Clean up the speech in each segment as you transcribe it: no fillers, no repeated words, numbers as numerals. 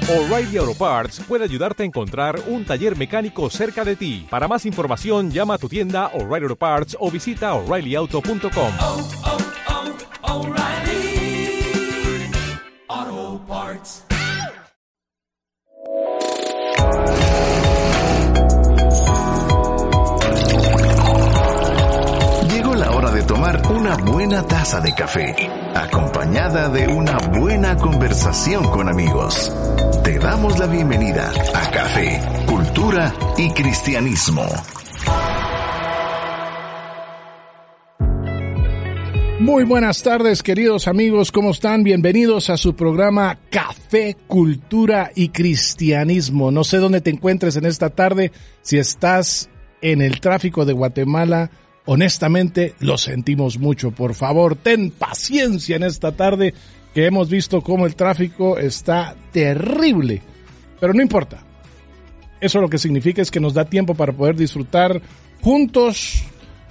O'Reilly Auto Parts puede ayudarte a encontrar un taller mecánico cerca de ti. Para más información, llama a tu tienda O'Reilly Auto Parts o visita O'ReillyAuto.com. O'Reilly Auto Parts. Llegó la hora de tomar una buena taza de café, acompañada de una buena conversación con amigos. Te damos la bienvenida a Café, Cultura y Cristianismo. Muy buenas tardes, queridos amigos, ¿cómo están? Bienvenidos a su programa Café, Cultura y Cristianismo. No sé dónde te encuentres en esta tarde, si estás en el tráfico de Guatemala. Honestamente, lo sentimos mucho. Por favor, ten paciencia en esta tarde, que hemos visto cómo el tráfico está terrible. Pero no importa. Eso lo que significa es que nos da tiempo para poder disfrutar juntos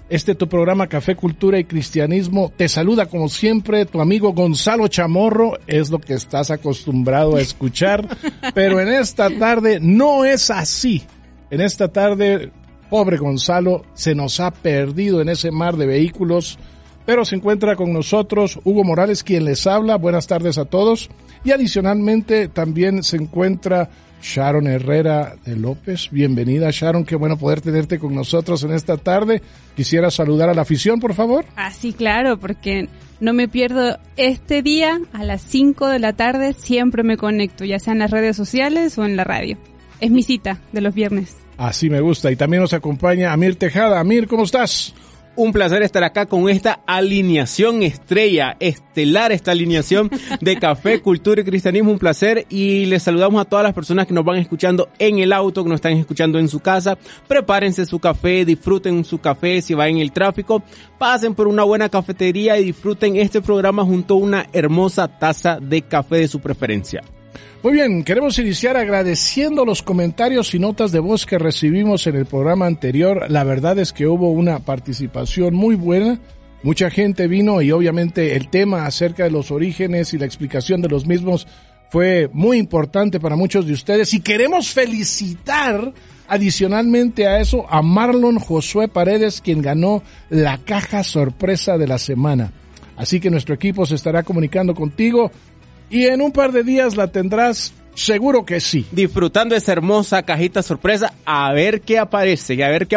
tu programa Café, Cultura y Cristianismo. Te saluda como siempre tu amigo Gonzalo Chamorro. Es lo que estás acostumbrado a escuchar. Pero en esta tarde no es así. En esta tarde, pobre Gonzalo, se nos ha perdido en ese mar de vehículos, pero se encuentra con nosotros Hugo Morales, quien les habla. Buenas tardes a todos. Y adicionalmente también se encuentra Sharon Herrera de López. Bienvenida, Sharon, qué bueno poder tenerte con nosotros en esta tarde. Quisiera saludar a la afición, por favor. Ah, sí, claro, porque no me pierdo este día a las 5 de la tarde, siempre me conecto, ya sea en las redes sociales o en la radio. Es mi cita de los viernes. Así me gusta. Y también nos acompaña Amir Tejada. Amir, ¿cómo estás? Un placer estar acá con esta alineación estelar, esta alineación de Café, Cultura y Cristianismo. Un placer, y les saludamos a todas las personas que nos van escuchando en el auto, que nos están escuchando en su casa. Prepárense su café, disfruten su café si va en el tráfico. Pasen por una buena cafetería y disfruten este programa junto a una hermosa taza de café de su preferencia. Muy bien, queremos iniciar agradeciendo los comentarios y notas de voz que recibimos en el programa anterior. La verdad es que hubo una participación muy buena, mucha gente vino y obviamente el tema acerca de los orígenes y la explicación de los mismos fue muy importante para muchos de ustedes, y queremos felicitar adicionalmente a eso a Marlon Josué Paredes, quien ganó la caja sorpresa de la semana. Así que nuestro equipo se estará comunicando contigo y en un par de días la tendrás, seguro que sí. Disfrutando esa hermosa cajita sorpresa, a ver qué aparece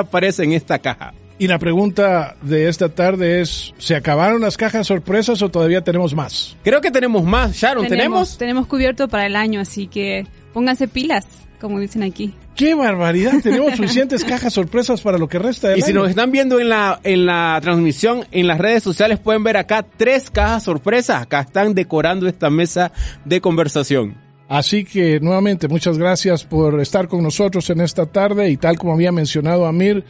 en esta caja. Y la pregunta de esta tarde es, ¿se acabaron las cajas sorpresas o todavía tenemos más? Creo que tenemos más, Sharon, ¿tenemos? Tenemos cubierto para el año, así que pónganse pilas, como dicen aquí. ¡Qué barbaridad! Tenemos suficientes cajas sorpresas para lo que resta del año. Y si nos están viendo en la transmisión, en las redes sociales, pueden ver acá 3 cajas sorpresas. Acá están decorando esta mesa de conversación. Así que, nuevamente, muchas gracias por estar con nosotros en esta tarde. Y tal como había mencionado Amir,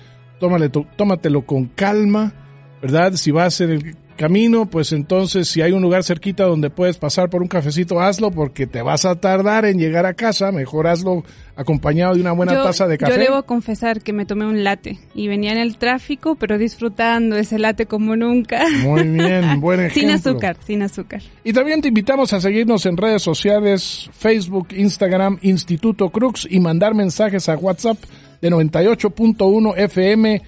tómatelo con calma, ¿verdad? Si vas en el camino, pues entonces si hay un lugar cerquita donde puedes pasar por un cafecito, hazlo, porque te vas a tardar en llegar a casa. Mejor hazlo acompañado de una buena taza de café. Yo debo confesar que me tomé un latte y venía en el tráfico, pero disfrutando ese latte como nunca. Muy bien, buen ejemplo. Sin azúcar. Y también te invitamos a seguirnos en redes sociales, Facebook, Instagram, Instituto Crux, y mandar mensajes a WhatsApp de 98.1 FM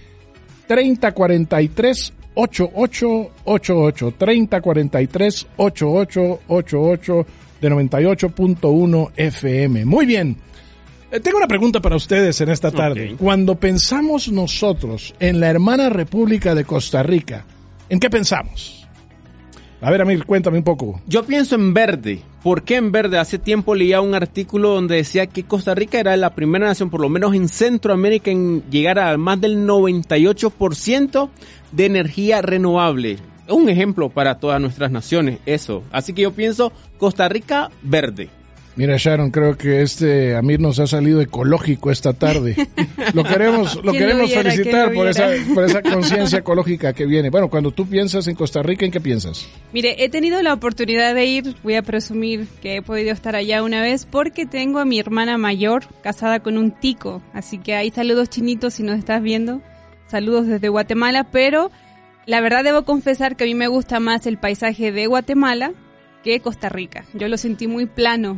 3043 8888 3043 8888 de 98.1 FM. Muy bien. Tengo una pregunta para ustedes en esta tarde. Okay. Cuando pensamos nosotros en la hermana República de Costa Rica, ¿en qué pensamos? A ver, Amir, cuéntame un poco. Yo pienso en verde. ¿Por qué en verde? Hace tiempo leía un artículo donde decía que Costa Rica era la primera nación, por lo menos en Centroamérica, en llegar a más del 98% de energía renovable. Es un ejemplo para todas nuestras naciones, eso. Así que yo pienso Costa Rica verde. Mira, Sharon, creo que Amir nos ha salido ecológico esta tarde. Lo queremos felicitar por esa conciencia ecológica que viene. Bueno, cuando tú piensas en Costa Rica, ¿en qué piensas? Mire, he tenido la oportunidad de ir, voy a presumir que he podido estar allá una vez, porque tengo a mi hermana mayor casada con un tico. Así que ahí saludos, chinitos, si nos estás viendo. Saludos desde Guatemala, pero la verdad debo confesar que a mí me gusta más el paisaje de Guatemala que Costa Rica. Yo lo sentí muy plano.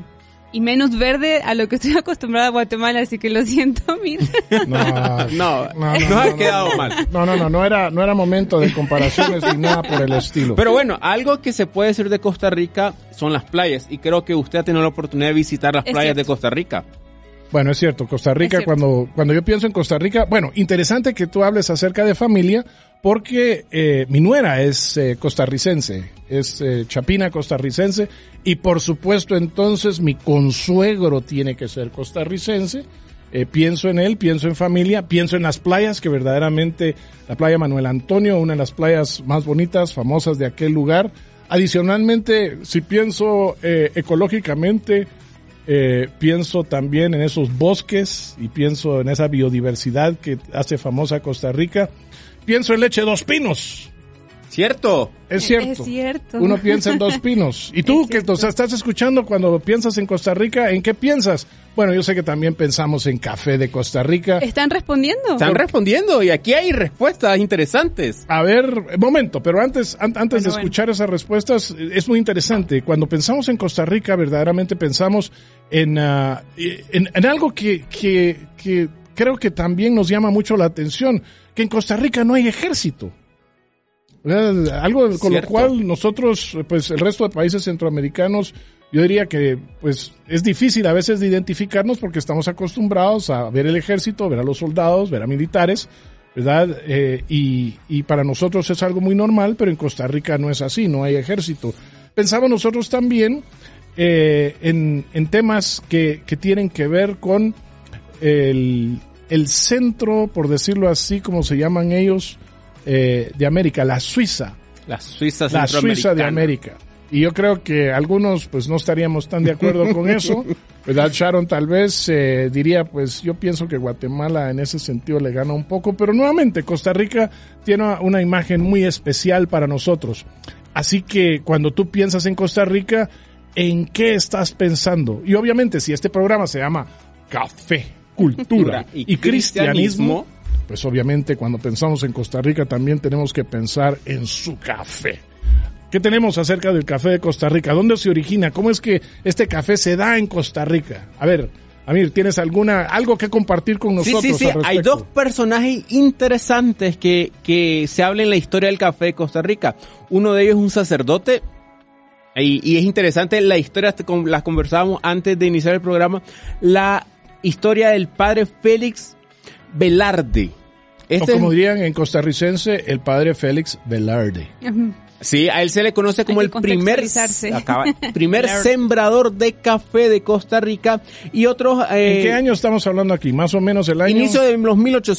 y menos verde a lo que estoy acostumbrada a Guatemala, así que lo siento, mira. No, nos ha quedado mal. No era momento de comparaciones ni nada por el estilo. Pero bueno, algo que se puede decir de Costa Rica son las playas, y creo que usted ha tenido la oportunidad de visitar las playas de Costa Rica. Bueno, es cierto, Costa Rica, cuando yo pienso en Costa Rica, bueno, interesante que tú hables acerca de familia, porque mi nuera es costarricense, es chapina costarricense, y por supuesto entonces mi consuegro tiene que ser costarricense. Pienso en él, pienso en familia, pienso en las playas, que verdaderamente la playa Manuel Antonio, una de las playas más bonitas, famosas de aquel lugar. Adicionalmente, si pienso ecológicamente, pienso también en esos bosques y pienso en esa biodiversidad que hace famosa Costa Rica. Pienso en Leche Dos Pinos. ¿Cierto? Es cierto. Es cierto. Uno piensa en Dos Pinos. ¿Y tú que nos estás escuchando cuando piensas en Costa Rica, en qué piensas? Bueno, yo sé que también pensamos en café de Costa Rica. ¿Están respondiendo? Están respondiendo y aquí hay respuestas interesantes. A ver, momento, pero antes de escuchar esas respuestas, es muy interesante. Cuando pensamos en Costa Rica, verdaderamente pensamos en algo que creo que también nos llama mucho la atención, que en Costa Rica no hay ejército. Algo con lo cual nosotros, pues el resto de países centroamericanos, yo diría que pues es difícil a veces de identificarnos porque estamos acostumbrados a ver el ejército, ver a los soldados, ver a militares, ¿verdad? Y para nosotros es algo muy normal, pero en Costa Rica no es así, no hay ejército. Pensamos nosotros también en temas que tienen que ver con el centro, por decirlo así, como se llaman ellos, de América, la Suiza. La Suiza de América. Y yo creo que algunos pues no estaríamos tan de acuerdo con eso, ¿verdad? Sharon tal vez diría, pues yo pienso que Guatemala en ese sentido le gana un poco, pero nuevamente Costa Rica tiene una imagen muy especial para nosotros. Así que cuando tú piensas en Costa Rica, ¿en qué estás pensando? Y obviamente si este programa se llama Café, Cultura y Cristianismo, pues obviamente cuando pensamos en Costa Rica también tenemos que pensar en su café. ¿Qué tenemos acerca del café de Costa Rica? ¿Dónde se origina? ¿Cómo es que este café se da en Costa Rica? A ver, Amir, ¿tienes algo que compartir con nosotros? Sí. Hay dos personajes interesantes que se hablan en la historia del café de Costa Rica. Uno de ellos es un sacerdote. Y es interesante la historia, las conversábamos antes de iniciar el programa, la historia del padre Félix Velarde. O como dirían en costarricense, el padre Félix Velarde. Sí, a él se le conoce como el primer sembrador de café de Costa Rica y otros... ¿En qué año estamos hablando aquí? Más o menos el año... Inicio de los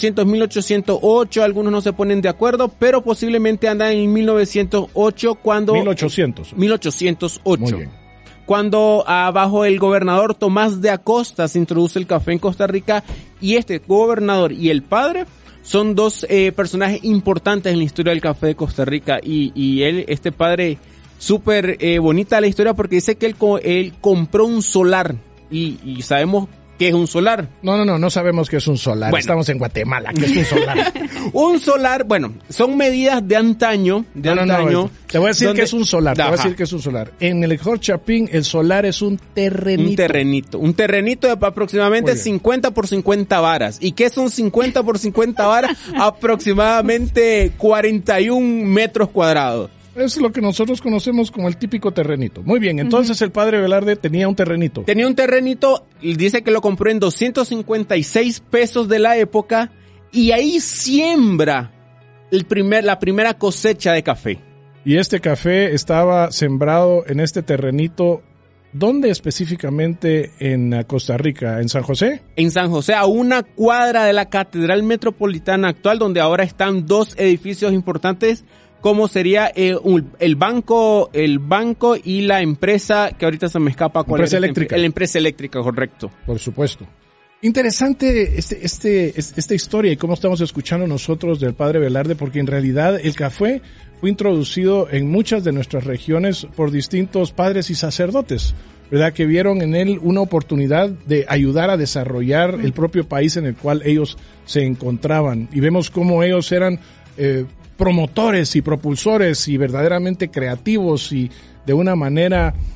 1808, algunos no se ponen de acuerdo, pero posiblemente andan en 1908 cuando... 1808. Muy bien. Cuando bajo el gobernador Tomás de Acosta se introduce el café en Costa Rica y este gobernador y el padre son dos personajes importantes en la historia del café de Costa Rica y él, este padre, súper bonita la historia porque dice que él compró un solar y sabemos qué es un solar. No sabemos qué es un solar. Bueno. Estamos en Guatemala, ¿qué es un solar? Un solar, bueno, son medidas de antaño. Te voy a decir que es un solar. En el Jorge Chapín, el solar es un terrenito. Un terrenito de aproximadamente 50 por 50 varas. ¿Y qué son 50 por 50 varas? Aproximadamente 41 metros cuadrados. Es lo que nosotros conocemos como el típico terrenito. Muy bien, entonces el padre Velarde tenía un terrenito. Tenía un terrenito, y dice que lo compró en 256 pesos de la época, y ahí siembra la primera cosecha de café. Y este café estaba sembrado en este terrenito, ¿dónde específicamente en Costa Rica? ¿En San José? En San José, a una cuadra de la Catedral Metropolitana actual, donde ahora están dos edificios importantes, como sería el banco y la empresa que ahorita se me escapa. ¿Cuál es? Eléctrica. La empresa eléctrica, correcto. Por supuesto. Interesante esta historia y cómo estamos escuchando nosotros del padre Velarde, porque en realidad el café fue introducido en muchas de nuestras regiones por distintos padres y sacerdotes, ¿verdad? Que vieron en él una oportunidad de ayudar a desarrollar el propio país en el cual ellos se encontraban. Y vemos cómo ellos eran promotores y propulsores y verdaderamente creativos y de una manera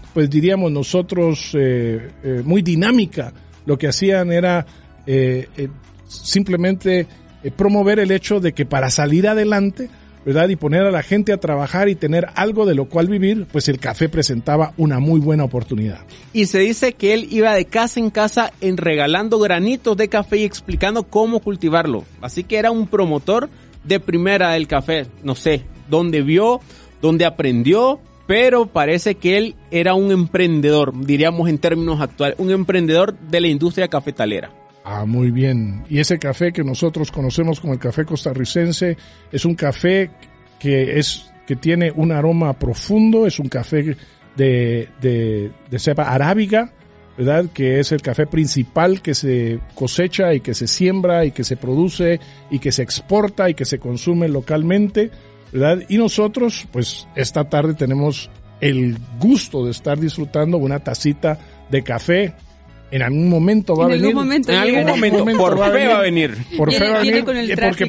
pues diríamos nosotros, muy dinámica. Lo que hacían era simplemente promover el hecho de que para salir adelante, ¿verdad? Y poner a la gente a trabajar y tener algo de lo cual vivir, pues el café presentaba una muy buena oportunidad. Y se dice que él iba de casa en casa regalando granitos de café y explicando cómo cultivarlo. Así que era un promotor de primera del café. No sé dónde vio, dónde aprendió, pero parece que él era un emprendedor, diríamos en términos actuales, un emprendedor de la industria cafetalera. Ah, muy bien. Y ese café que nosotros conocemos como el café costarricense es un café que tiene un aroma profundo, es un café de cepa arábiga, ¿verdad? Que es el café principal que se cosecha y que se siembra y que se produce y que se exporta y que se consume localmente, ¿verdad? Y nosotros, pues, esta tarde tenemos el gusto de estar disfrutando una tacita de café. En algún momento va a venir. En algún momento, por fe va a venir. Por fe va a venir, porque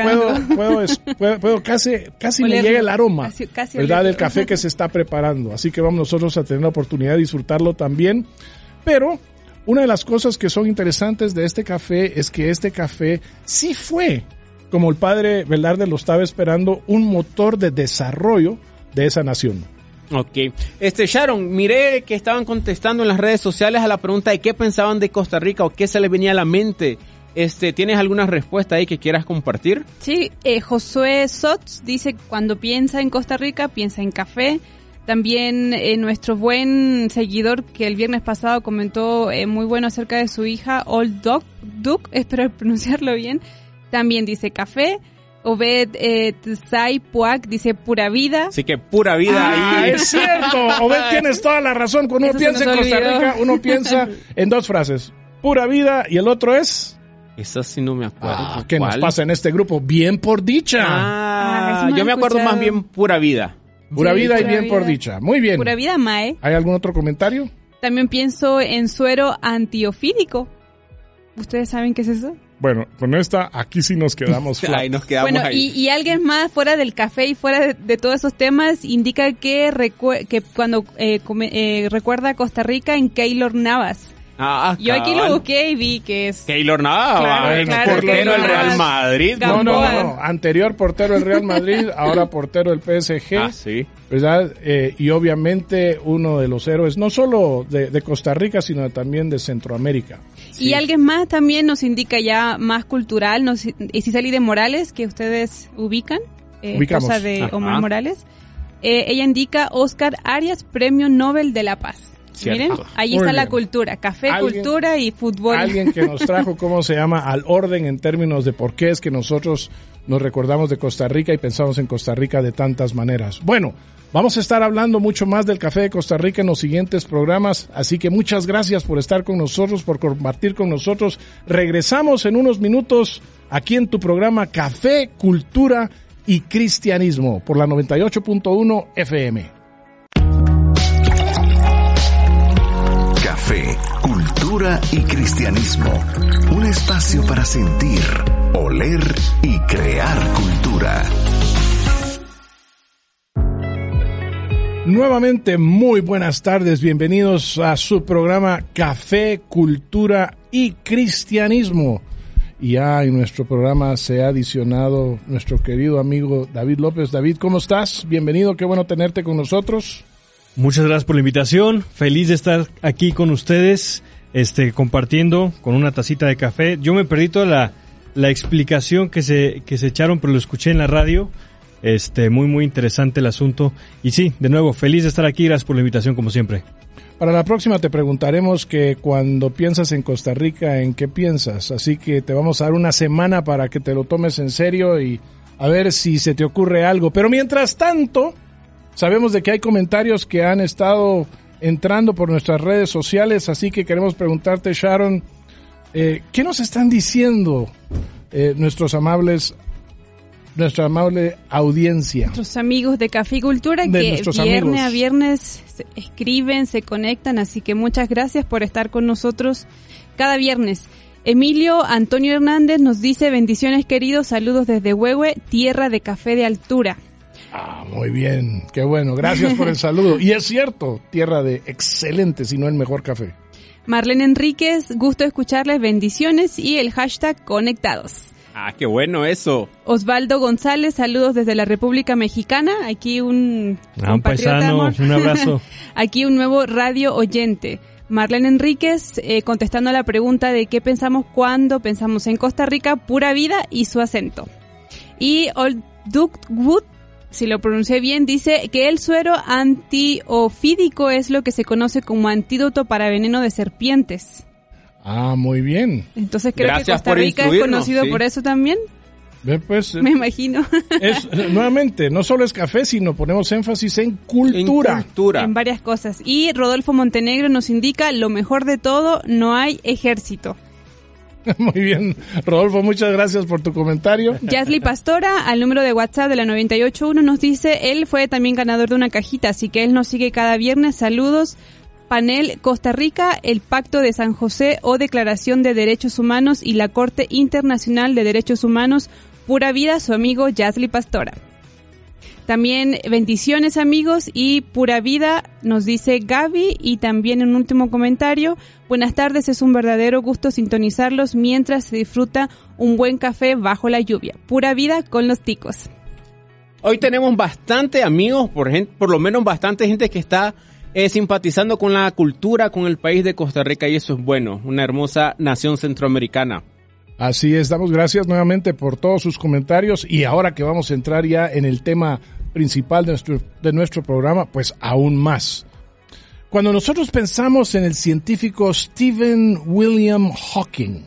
puedo casi me llega el aroma, casi ¿verdad? Del café que se está preparando. Así que vamos nosotros a tener la oportunidad de disfrutarlo también. Pero una de las cosas que son interesantes de este café es que este café sí fue, como el padre Velarde lo estaba esperando, un motor de desarrollo de esa nación. Ok. Sharon, miré que estaban contestando en las redes sociales a la pregunta de qué pensaban de Costa Rica o qué se les venía a la mente. ¿Tienes alguna respuesta ahí que quieras compartir? Sí, Josué Sots dice, cuando piensa en Costa Rica, piensa en café. También nuestro buen seguidor que el viernes pasado comentó muy bueno acerca de su hija, Old Duke, espero pronunciarlo bien, también dice café. Obed Tsai Puak dice pura vida. Así que pura vida ahí. Es cierto, Obed, tienes toda la razón. Cuando uno piensa en Costa Rica, uno piensa en dos frases. Pura vida y el otro es... Esa sí no me acuerdo. ¿Qué nos pasa en este grupo? Bien por dicha. Yo me acuerdo más bien pura vida. Pura vida y bien por dicha. Muy bien. Pura vida, Mae. ¿Hay algún otro comentario? También pienso en suero antiofídico. ¿Ustedes saben qué es eso? Bueno, con esta, aquí sí nos quedamos ahí nos quedamos bueno, ahí. Y alguien más fuera del café y fuera de todos esos temas indica que cuando recuerda a Costa Rica en Keylor Navas. Yo aquí lo busqué y vi que es... Keylor Navas, portero del Real Madrid. No, anterior portero del Real Madrid, ahora portero del PSG. Sí. ¿Verdad? Y obviamente uno de los héroes, no solo de Costa Rica, sino también de Centroamérica. Sí. Y alguien más también nos indica ya más cultural, Isiseli de Morales, que ustedes ubican, esposa de Omar Morales. Ella indica Oscar Arias, Premio Nobel de la Paz. Cierto. Miren, ahí está la cultura, café, cultura y fútbol. Alguien que nos trajo, ¿cómo se llama? Al orden en términos de por qué es que nosotros nos recordamos de Costa Rica y pensamos en Costa Rica de tantas maneras. Bueno, vamos a estar hablando mucho más del café de Costa Rica en los siguientes programas, así que muchas gracias por estar con nosotros, por compartir con nosotros. Regresamos en unos minutos aquí en tu programa Café, Cultura y Cristianismo por la 98.1 FM. Café, cultura y cristianismo. Un espacio para sentir, oler y crear cultura. Nuevamente, muy buenas tardes. Bienvenidos a su programa Café, Cultura y Cristianismo. Y ya en nuestro programa se ha adicionado nuestro querido amigo David López. David, ¿cómo estás? Bienvenido, qué bueno tenerte con nosotros. Muchas gracias por la invitación, feliz de estar aquí con ustedes, compartiendo con una tacita de café. Yo me perdí toda la explicación que se echaron, pero lo escuché en la radio, muy interesante el asunto. Y sí, de nuevo, feliz de estar aquí, gracias por la invitación como siempre. Para la próxima te preguntaremos que cuando piensas en Costa Rica, ¿en qué piensas? Así que te vamos a dar una semana para que te lo tomes en serio y a ver si se te ocurre algo. Pero mientras tanto... sabemos de que hay comentarios que han estado entrando por nuestras redes sociales, así que queremos preguntarte, Sharon, ¿qué nos están diciendo nuestra amable audiencia? Nuestros amigos de Café y Cultura que viernes a viernes se escriben, se conectan, así que muchas gracias por estar con nosotros cada viernes. Emilio Antonio Hernández nos dice, bendiciones queridos, saludos desde Huehue, tierra de café de altura. Muy bien, qué bueno, gracias por el saludo. Y es cierto, tierra de excelente, si no el mejor café. Marlene Enríquez, gusto escucharles, bendiciones y el hashtag conectados. Ah, qué bueno eso. Osvaldo González, saludos desde la República Mexicana. Aquí un paisano, un abrazo. Aquí un nuevo radio oyente. Marlene Enríquez, contestando a la pregunta de qué pensamos cuando pensamos en Costa Rica, pura vida y su acento. Y Old Duke Wood, si lo pronuncié bien, dice que el suero antiofídico es lo que se conoce como antídoto para veneno de serpientes. Ah, muy bien. Entonces creo Gracias que Costa por Rica es instruirnos, conocido sí. por eso también. Pues, Me imagino. Nuevamente, no solo es café, sino ponemos énfasis en cultura. En cultura. En varias cosas. Y Rodolfo Montenegro nos indica, lo mejor de todo, no hay ejército. Muy bien, Rodolfo, muchas gracias por tu comentario. Yasli Pastora, al número de WhatsApp de la 981, nos dice, él fue también ganador de una cajita, así que él nos sigue cada viernes. Saludos. Panel Costa Rica, el Pacto de San José o Declaración de Derechos Humanos y la Corte Internacional de Derechos Humanos. Pura vida, su amigo Yasli Pastora. También bendiciones, amigos, y pura vida, nos dice Gaby. Y también un último comentario. Buenas tardes, es un verdadero gusto sintonizarlos mientras se disfruta un buen café bajo la lluvia. Pura vida con los ticos. Hoy tenemos bastante amigos, por lo menos bastante gente que está simpatizando con la cultura, con el país de Costa Rica, y eso es bueno, una hermosa nación centroamericana. Así es, damos gracias nuevamente por todos sus comentarios, y ahora que vamos a entrar ya en el tema principal de nuestro programa, pues aún más. Cuando nosotros pensamos en el científico Stephen William Hawking,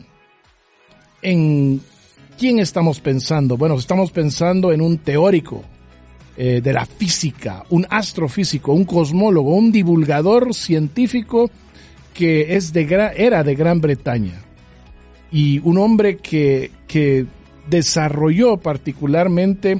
¿en quién estamos pensando? Bueno, estamos pensando en un teórico de la física, un astrofísico, un cosmólogo, un divulgador científico que era de Gran Bretaña, y un hombre que desarrolló particularmente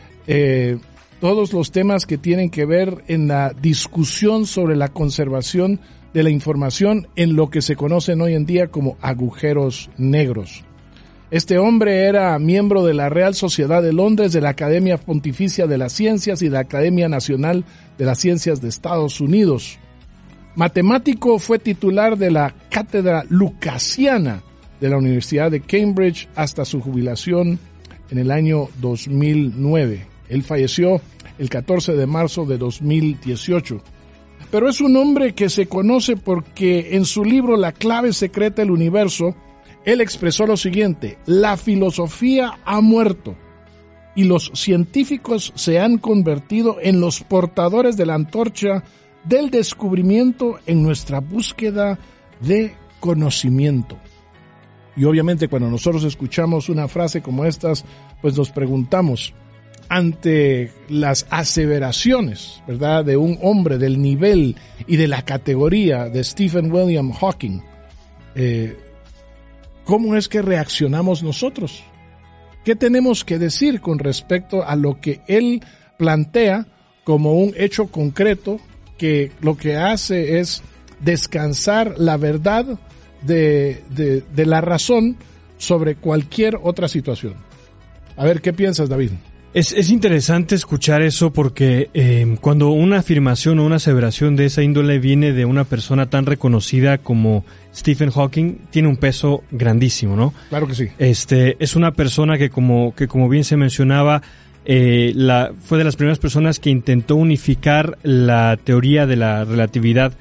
todos los temas que tienen que ver en la discusión sobre la conservación de la información en lo que se conocen hoy en día como agujeros negros. Este hombre era miembro de la Real Sociedad de Londres, de la Academia Pontificia de las Ciencias y de la Academia Nacional de las Ciencias de Estados Unidos. Matemático, fue titular de la Cátedra Lucasiana de la Universidad de Cambridge hasta su jubilación en el año 2009. Él falleció el 14 de marzo de 2018. Pero es un hombre que se conoce porque en su libro La clave secreta del universo, él expresó lo siguiente: la filosofía ha muerto y los científicos se han convertido en los portadores de la antorcha del descubrimiento en nuestra búsqueda de conocimiento. Y obviamente cuando nosotros escuchamos una frase como estas, pues nos preguntamos, ante las aseveraciones, ¿verdad?, de un hombre del nivel y de la categoría de Stephen William Hawking, ¿cómo es que reaccionamos nosotros? ¿Qué tenemos que decir con respecto a lo que él plantea como un hecho concreto que lo que hace es descansar la verdad de la razón sobre cualquier otra situación? A ver, ¿qué piensas, David? Es interesante escuchar eso porque cuando una afirmación o una aseveración de esa índole viene de una persona tan reconocida como Stephen Hawking, tiene un peso grandísimo, ¿no? Claro que sí. Es una persona que como bien se mencionaba, fue de las primeras personas que intentó unificar la teoría de la relatividad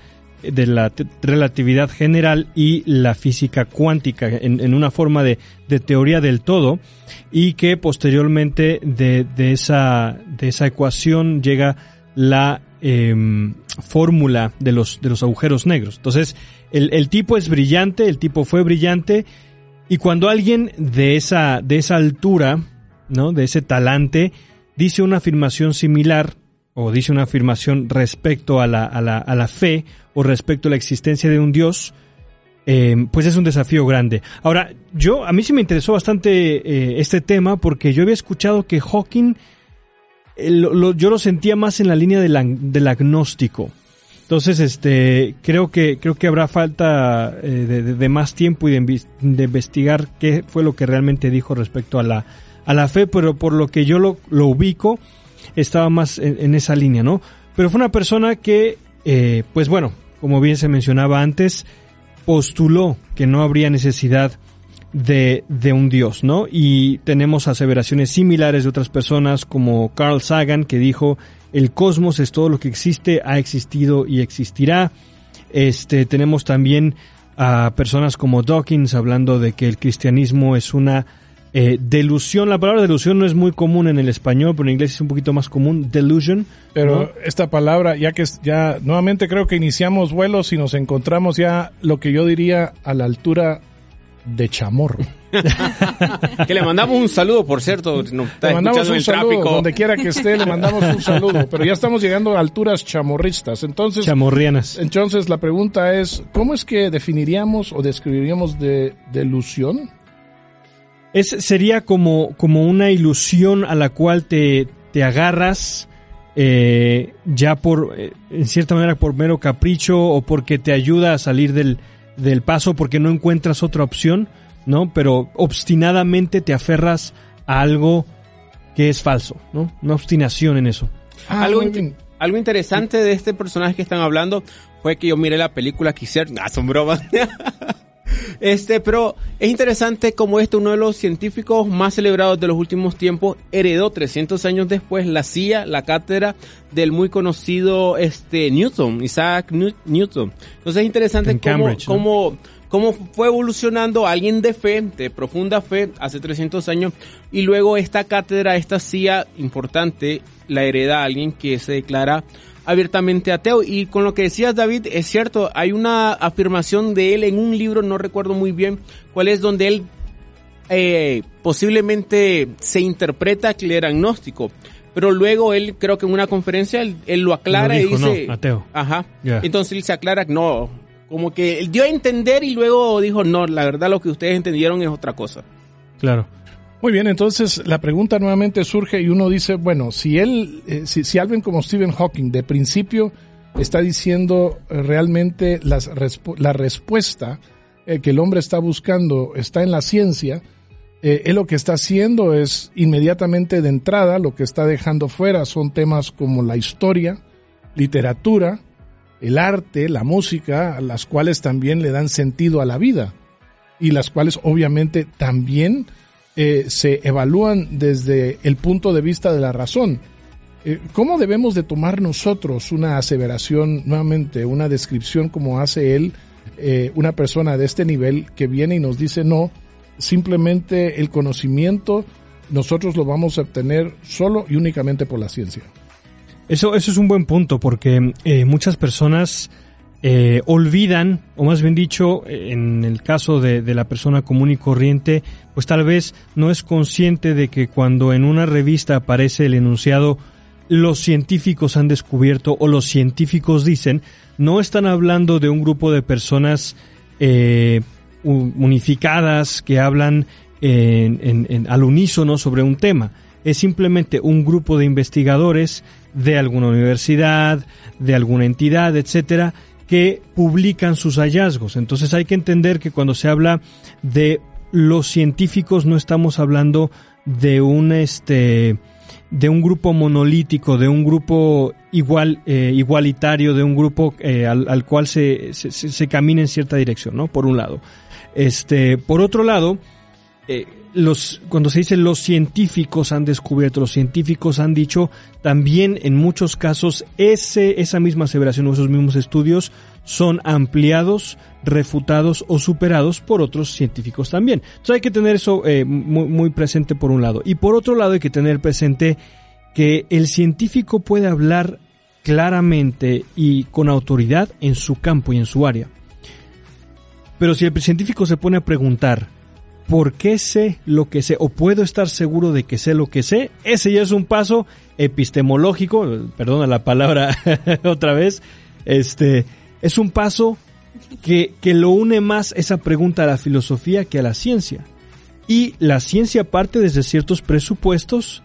general y la física cuántica en una forma de teoría del todo, y que posteriormente de esa ecuación llega la fórmula de los agujeros negros. Entonces el tipo es brillante, el tipo fue brillante, y cuando alguien de esa altura, ¿no?, de ese talante, dice una afirmación similar o dice una afirmación respecto a la fe o respecto a la existencia de un Dios, pues es un desafío grande. Ahora, a mí sí me interesó bastante este tema porque yo había escuchado que Hawking, yo lo sentía más en la línea del agnóstico. Entonces, creo que habrá falta de más tiempo y de investigar qué fue lo que realmente dijo respecto a la fe, pero por lo que yo lo ubico, estaba más en esa línea, ¿no? Pero fue una persona que, pues bueno, como bien se mencionaba antes, postuló que no habría necesidad de un Dios, ¿no? Y tenemos aseveraciones similares de otras personas como Carl Sagan, que dijo: el cosmos es todo lo que existe, ha existido y existirá. Tenemos también a personas como Dawkins hablando de que el cristianismo es una delusión. La palabra delusión no es muy común en el español, pero en inglés es un poquito más común, delusion. Pero ¿no? esta palabra, ya nuevamente creo que iniciamos vuelos y nos encontramos ya lo que yo diría a la altura de chamorro. Que le mandamos un saludo, por cierto. Nos está Le mandamos escuchando en un el saludo, tráfico. donde quiera que esté, le mandamos un saludo. Pero ya estamos llegando a alturas chamorristas. Entonces, Chamorrianas. la pregunta es, ¿cómo es que definiríamos o describiríamos delusión? Sería como una ilusión a la cual te agarras ya en cierta manera por mero capricho, o porque te ayuda a salir del paso porque no encuentras otra opción, ¿no? Pero obstinadamente te aferras a algo que es falso, ¿no? Una obstinación en eso. Algo interesante de este personaje que están hablando fue que yo miré la película que hicieron. Son bromas. Pero es interesante como uno de los científicos más celebrados de los últimos tiempos, heredó 300 años después la silla, la cátedra del muy conocido Newton, Isaac Newton. Entonces es interesante cómo fue evolucionando alguien de fe, de profunda fe, hace 300 años, y luego esta cátedra, esta silla importante, la hereda alguien que se declara abiertamente ateo. Y con lo que decías, David, es cierto, hay una afirmación de él en un libro, no recuerdo muy bien cuál es, donde él posiblemente se interpreta que él era agnóstico, pero luego él, creo que en una conferencia, él lo aclara, lo dijo, y dice... no, ateo. Ajá. Yeah. Entonces él se aclara que no, como que él dio a entender y luego dijo, no, la verdad lo que ustedes entendieron es otra cosa. Claro. Muy bien, entonces la pregunta nuevamente surge y uno dice, bueno, si alguien como Stephen Hawking de principio está diciendo realmente la respuesta que el hombre está buscando está en la ciencia, él lo que está haciendo es inmediatamente de entrada, lo que está dejando fuera son temas como la historia, literatura, el arte, la música, las cuales también le dan sentido a la vida y las cuales obviamente también se evalúan desde el punto de vista de la razón. ¿Cómo debemos de tomar nosotros una aseveración, nuevamente, una descripción como hace él, una persona de este nivel que viene y nos dice no, simplemente el conocimiento nosotros lo vamos a obtener solo y únicamente por la ciencia? Eso es un buen punto, porque muchas personas olvidan, o más bien dicho, en el caso de la persona común y corriente, pues tal vez no es consciente de que cuando en una revista aparece el enunciado los científicos han descubierto o los científicos dicen, no están hablando de un grupo de personas unificadas que hablan al unísono sobre un tema. Es simplemente un grupo de investigadores de alguna universidad, de alguna entidad, etcétera, que publican sus hallazgos. Entonces hay que entender que cuando se habla de los científicos no estamos hablando de un grupo monolítico, de un grupo igualitario, de un grupo al cual se camina en cierta dirección, ¿no? Por un lado. Por otro lado, cuando se dice los científicos han descubierto, los científicos han dicho, también en muchos casos esa misma aseveración o esos mismos estudios son ampliados, refutados o superados por otros científicos también. Entonces hay que tener eso muy, muy presente por un lado. Y por otro lado hay que tener presente que el científico puede hablar claramente y con autoridad en su campo y en su área. Pero si el científico se pone a preguntar ¿por qué sé lo que sé? ¿O puedo estar seguro de que sé lo que sé? Ese ya es un paso epistemológico, perdona la palabra otra vez, es un paso que lo une más esa pregunta a la filosofía que a la ciencia. Y la ciencia parte desde ciertos presupuestos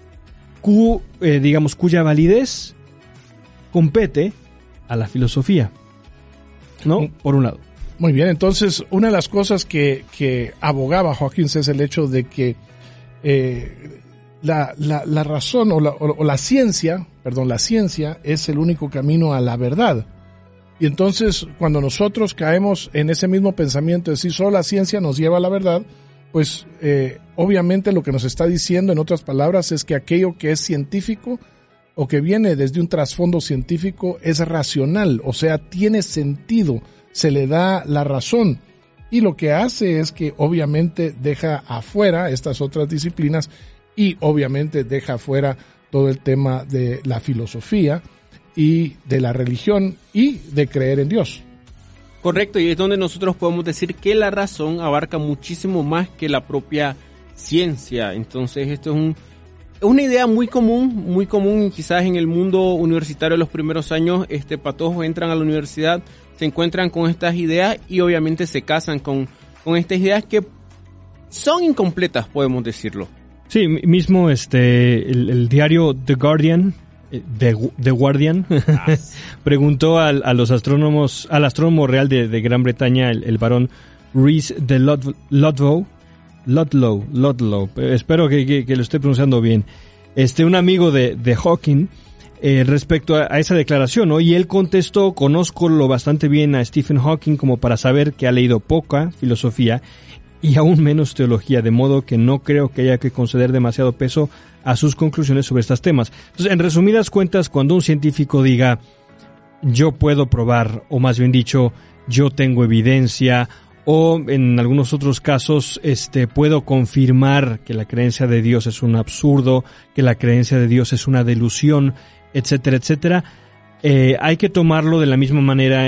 cuya validez compete a la filosofía, ¿no? Por un lado. Muy bien, entonces una de las cosas que abogaba Hawkins es el hecho de que la razón o la ciencia, la ciencia es el único camino a la verdad. Y entonces, cuando nosotros caemos en ese mismo pensamiento de decir solo la ciencia nos lleva a la verdad, pues obviamente lo que nos está diciendo, en otras palabras, es que aquello que es científico o que viene desde un trasfondo científico es racional, o sea, tiene sentido, se le da la razón. Y lo que hace es que obviamente deja afuera estas otras disciplinas y obviamente deja afuera todo el tema de la filosofía y de la religión y de creer en Dios. Correcto, y es donde nosotros podemos decir que la razón abarca muchísimo más que la propia ciencia. Entonces esto es una idea muy común quizás en el mundo universitario de los primeros años. Patojos entran a la universidad, se encuentran con estas ideas y obviamente se casan con estas ideas que son incompletas, podemos decirlo. Sí, mismo el diario The Guardian, The Guardian, preguntó al astrónomo real de Gran Bretaña, el varón Rhys de Ludlow, espero que lo esté pronunciando bien, un amigo de Hawking, respecto a esa declaración, ¿no? Y él contestó: conozco lo bastante bien a Stephen Hawking como para saber que ha leído poca filosofía y aún menos teología, de modo que no creo que haya que conceder demasiado peso a sus conclusiones sobre estos temas. Entonces, en resumidas cuentas, cuando un científico diga yo puedo probar, o más bien dicho, yo tengo evidencia, o en algunos otros casos puedo confirmar que la creencia de Dios es un absurdo, que la creencia de Dios es una delusión, etcétera, etcétera, hay que tomarlo de la misma manera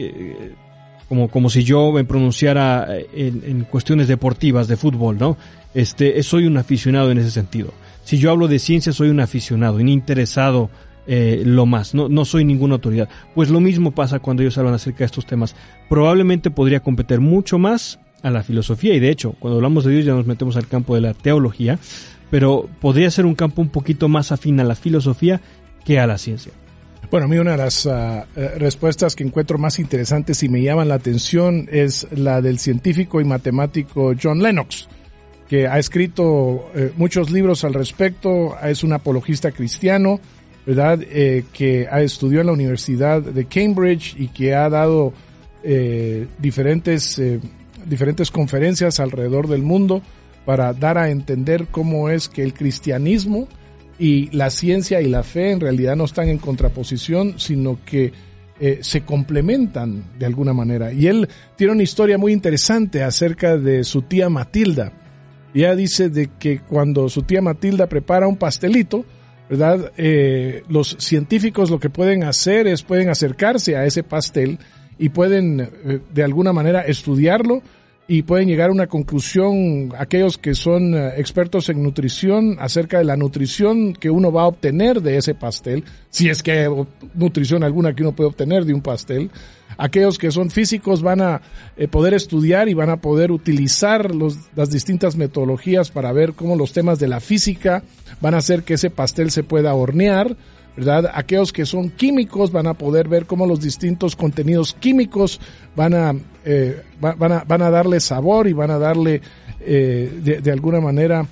como si yo me pronunciara en cuestiones deportivas, de fútbol, ¿no? Soy un aficionado en ese sentido. Si yo hablo de ciencia, soy un aficionado, un interesado, lo más. No soy ninguna autoridad. Pues lo mismo pasa cuando ellos hablan acerca de estos temas. Probablemente podría competir mucho más a la filosofía, y de hecho, cuando hablamos de Dios ya nos metemos al campo de la teología, pero podría ser un campo un poquito más afín a la filosofía que a la ciencia. Bueno, a mí una de las respuestas que encuentro más interesantes y me llaman la atención es la del científico y matemático John Lennox, que ha escrito muchos libros al respecto, es un apologista cristiano, ¿verdad? Que estudió en la Universidad de Cambridge y que ha dado diferentes conferencias alrededor del mundo para dar a entender cómo es que el cristianismo y la ciencia y la fe en realidad no están en contraposición, sino que se complementan de alguna manera. Y él tiene una historia muy interesante acerca de su tía Matilda. Ella dice de que cuando su tía Matilda prepara un pastelito, ¿verdad? Los científicos lo que pueden hacer es pueden acercarse a ese pastel y pueden de alguna manera estudiarlo y pueden llegar a una conclusión, aquellos que son expertos en nutrición, acerca de la nutrición que uno va a obtener de ese pastel, si es que hay nutrición alguna que uno puede obtener de un pastel. Aquellos que son físicos van a poder estudiar y van a poder utilizar las distintas metodologías para ver cómo los temas de la física van a hacer que ese pastel se pueda hornear, ¿verdad? Aquellos que son químicos van a poder ver cómo los distintos contenidos químicos van a darle sabor y van a darle de alguna manera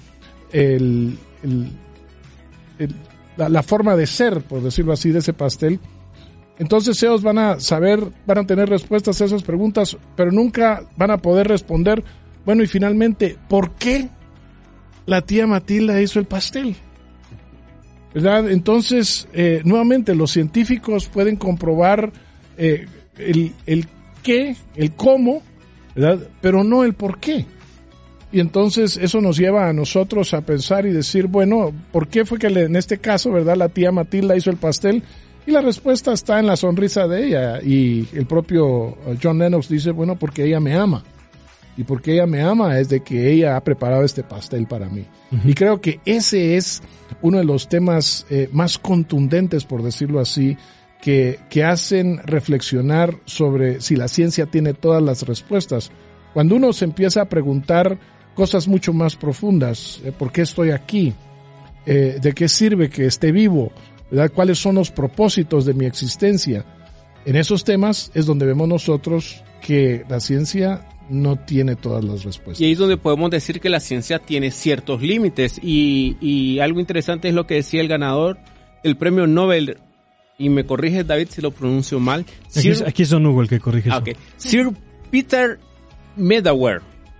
la forma de ser, por decirlo así, de ese pastel. Entonces ellos van a tener respuestas a esas preguntas, pero nunca van a poder responder, bueno, y finalmente, ¿por qué la tía Matilda hizo el pastel? ¿Verdad? Entonces, nuevamente, los científicos pueden comprobar el qué, el cómo, ¿verdad? Pero no el por qué. Y entonces eso nos lleva a nosotros a pensar y decir, bueno, ¿por qué fue que en este caso, verdad, la tía Matilda hizo el pastel? Y la respuesta está en la sonrisa de ella. Y el propio John Lennox dice, bueno, porque ella me ama. Y porque ella me ama es de que ella ha preparado este pastel para mí. Uh-huh. Y creo que ese es uno de los temas más contundentes, por decirlo así, que hacen reflexionar sobre si la ciencia tiene todas las respuestas. Cuando uno se empieza a preguntar cosas mucho más profundas, ¿por qué estoy aquí? ¿De qué sirve que esté vivo? ¿Verdad? ¿Cuáles son los propósitos de mi existencia? En esos temas es donde vemos nosotros que la ciencia no tiene todas las respuestas. Y ahí es donde podemos decir que la ciencia tiene ciertos límites. Y algo interesante es lo que decía el ganador del premio Nobel, y me corrige David si lo pronuncio mal. Aquí es Don Hugo el que corrige eso. Okay. Sir Peter Medawar.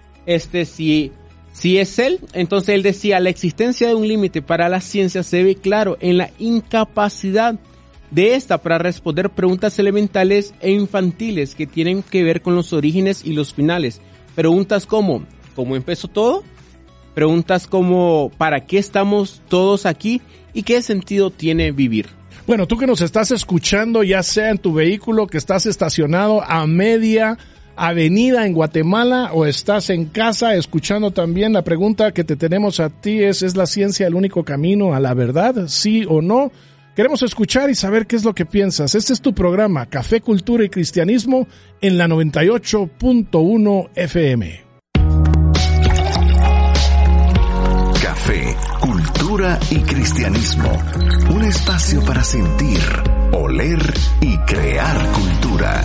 Si es él, entonces él decía, la existencia de un límite para la ciencia se ve claro en la incapacidad de esta para responder preguntas elementales e infantiles que tienen que ver con los orígenes y los finales. Preguntas como, ¿cómo empezó todo? Preguntas como, ¿para qué estamos todos aquí? ¿Y qué sentido tiene vivir? Bueno, tú que nos estás escuchando, ya sea en tu vehículo que estás estacionado a media avenida en Guatemala o estás en casa escuchando también, la pregunta que te tenemos a ti ¿es la ciencia el único camino a la verdad? ¿Sí o no? Queremos escuchar y saber qué es lo que piensas. Este es tu programa, Café, Cultura y Cristianismo, en la 98.1 FM. Café, Cultura y Cristianismo. Un espacio para sentir, oler y crear cultura.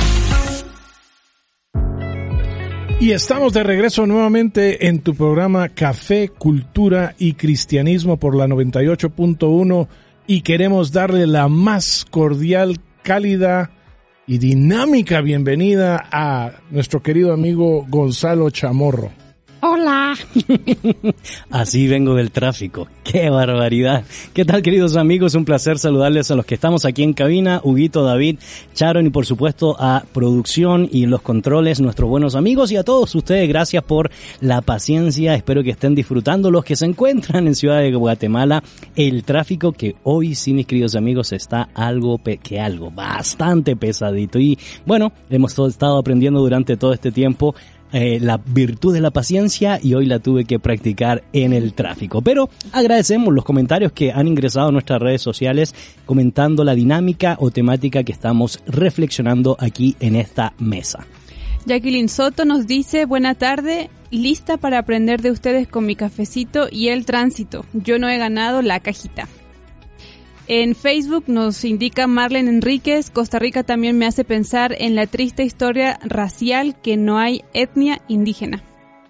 Y estamos de regreso nuevamente en tu programa Café, Cultura y Cristianismo por la 98.1 y queremos darle la más cordial, cálida y dinámica bienvenida a nuestro querido amigo Gonzalo Chamorro. Hola. Así vengo del tráfico. ¡Qué barbaridad! ¿Qué tal, queridos amigos? Un placer saludarles a los que estamos aquí en cabina, Huguito, David, Charon y por supuesto a producción y los controles, nuestros buenos amigos, y a todos ustedes, gracias por la paciencia. Espero que estén disfrutando los que se encuentran en Ciudad de Guatemala. El tráfico que hoy, sí, mis queridos amigos, está algo bastante pesadito. Y bueno, hemos estado aprendiendo durante todo este tiempo la virtud de la paciencia y hoy la tuve que practicar en el tráfico. Pero agradecemos los comentarios que han ingresado a nuestras redes sociales comentando la dinámica o temática que estamos reflexionando aquí en esta mesa. Jacqueline Soto nos dice, buena tarde, lista para aprender de ustedes con mi cafecito y el tránsito. Yo no he ganado la cajita. En Facebook nos indica Marlene Enríquez, Costa Rica también me hace pensar en la triste historia racial que no hay etnia indígena.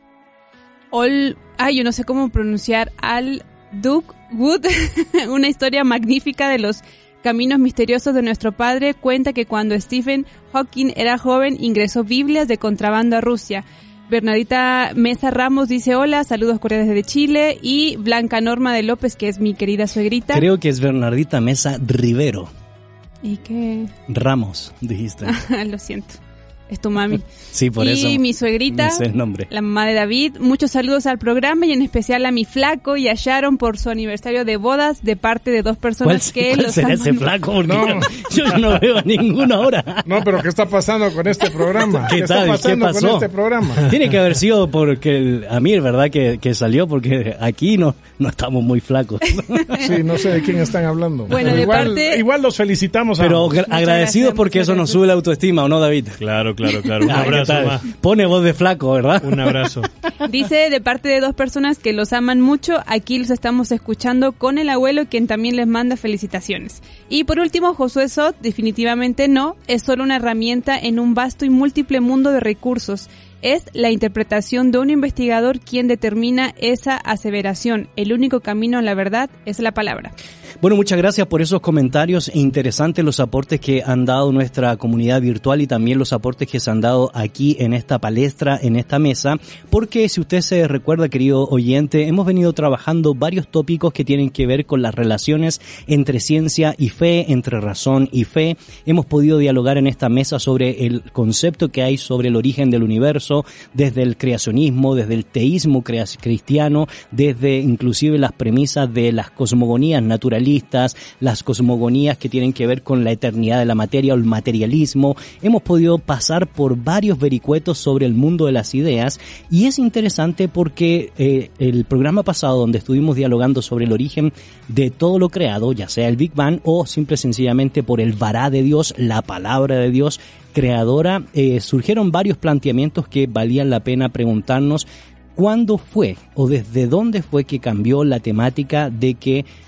Yo no sé cómo pronunciar, Al Duke Wood, una historia magnífica de los caminos misteriosos de nuestro padre, cuenta que cuando Stephen Hawking era joven ingresó Biblias de contrabando a Rusia. Bernardita Mesa Ramos dice hola, saludos cordiales desde Chile, y Blanca Norma de López, que es mi querida suegrita. Creo que es Bernardita Mesa Rivero. ¿Y qué? Ramos, dijiste. Lo siento. Es tu mami. Sí, por eso. Y mi suegrita, el nombre. La mamá de David. Muchos saludos al programa y en especial a mi flaco y a Sharon por su aniversario de bodas de parte de dos personas que ¿Cuál los será aman. ese flaco? Porque No. yo no veo a ninguno ahora. No, pero ¿qué está pasando con este programa? ¿Qué está tal? pasando ¿Qué pasó? con este programa? Tiene que haber sido porque Amir, ¿verdad? Que salió, porque aquí no estamos muy flacos. Sí, no sé de quién están hablando. Bueno, Pero de igual los felicitamos a Pero ambos. agradecidos gracias, porque muchas eso nos gracias. sube la autoestima, ¿o no, David? Claro. Un Ah, ¿qué abrazo, tal? ma. Pone voz de flaco, ¿verdad? Un abrazo. Dice de parte de dos personas que los aman mucho, aquí los estamos escuchando con el abuelo, quien también les manda felicitaciones. Y por último, Josué Sot, definitivamente no, es solo una herramienta en un vasto y múltiple mundo de recursos. Es la interpretación de un investigador quien determina esa aseveración. El único camino a la verdad es la palabra. Bueno, muchas gracias por esos comentarios e interesantes los aportes que han dado nuestra comunidad virtual y también los aportes que se han dado aquí en esta palestra, en esta mesa, porque si usted se recuerda, querido oyente, hemos venido trabajando varios tópicos que tienen que ver con las relaciones entre ciencia y fe, entre razón y fe. Hemos podido dialogar en esta mesa sobre el concepto que hay sobre el origen del universo, desde el creacionismo, desde el teísmo cristiano, desde inclusive las premisas de las cosmogonías naturalistas, las cosmogonías que tienen que ver con la eternidad de la materia o el materialismo. Hemos podido pasar por varios vericuetos sobre el mundo de las ideas y es interesante porque el programa pasado donde estuvimos dialogando sobre el origen de todo lo creado, ya sea el Big Bang o simple y sencillamente por el vará de Dios, la palabra de Dios creadora, surgieron varios planteamientos que valían la pena preguntarnos cuándo fue o desde dónde fue que cambió la temática de que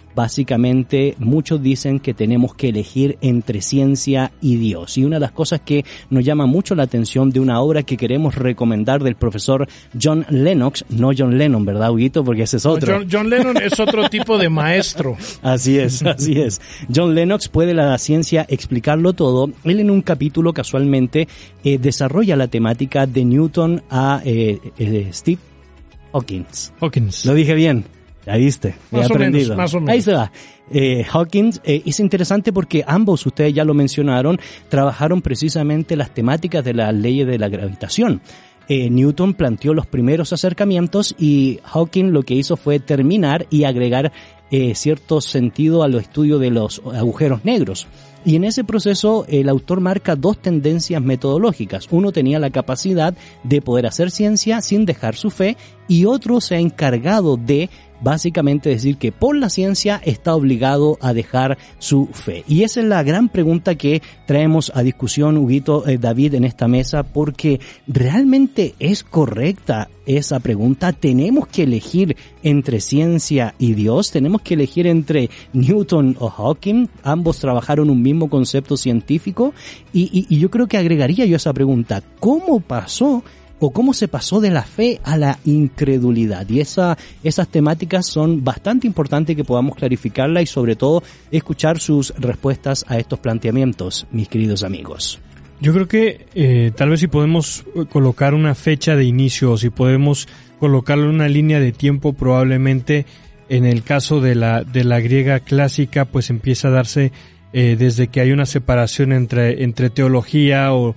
básicamente muchos dicen que tenemos que elegir entre ciencia y Dios. Y una de las cosas que nos llama mucho la atención de una obra que queremos recomendar del profesor John Lennox, no John Lennon, ¿verdad, Huguito? Porque ese es otro. John Lennon es otro tipo de maestro. Así es, así es. John Lennox puede la ciencia explicarlo todo. Él en un capítulo casualmente desarrolla la temática de Newton a Steve Hawkins. Lo dije bien. Ya viste, he aprendido. Más o menos. Ahí se va. Hawkins es interesante porque ambos, ustedes ya lo mencionaron, trabajaron precisamente las temáticas de las leyes de la gravitación. Newton planteó los primeros acercamientos y Hawking lo que hizo fue terminar y agregar cierto sentido a los estudios de los agujeros negros. Y en ese proceso el autor marca dos tendencias metodológicas. Uno tenía la capacidad de poder hacer ciencia sin dejar su fe y otro se ha encargado de básicamente decir que por la ciencia está obligado a dejar su fe. Y esa es la gran pregunta que traemos a discusión, Huguito, David, en esta mesa, porque ¿realmente es correcta esa pregunta? ¿Tenemos que elegir entre ciencia y Dios? ¿Tenemos que elegir entre Newton o Hawking? Ambos trabajaron un mismo concepto científico y yo creo que agregaría yo esa pregunta. ¿Cómo pasó o cómo se pasó de la fe a la incredulidad? Y esas temáticas son bastante importantes que podamos clarificarla y sobre todo escuchar sus respuestas a estos planteamientos, mis queridos amigos. Yo creo que tal vez si podemos colocar una fecha de inicio o si podemos colocarlo en una línea de tiempo, probablemente en el caso de la griega clásica pues empieza a darse desde que hay una separación entre teología o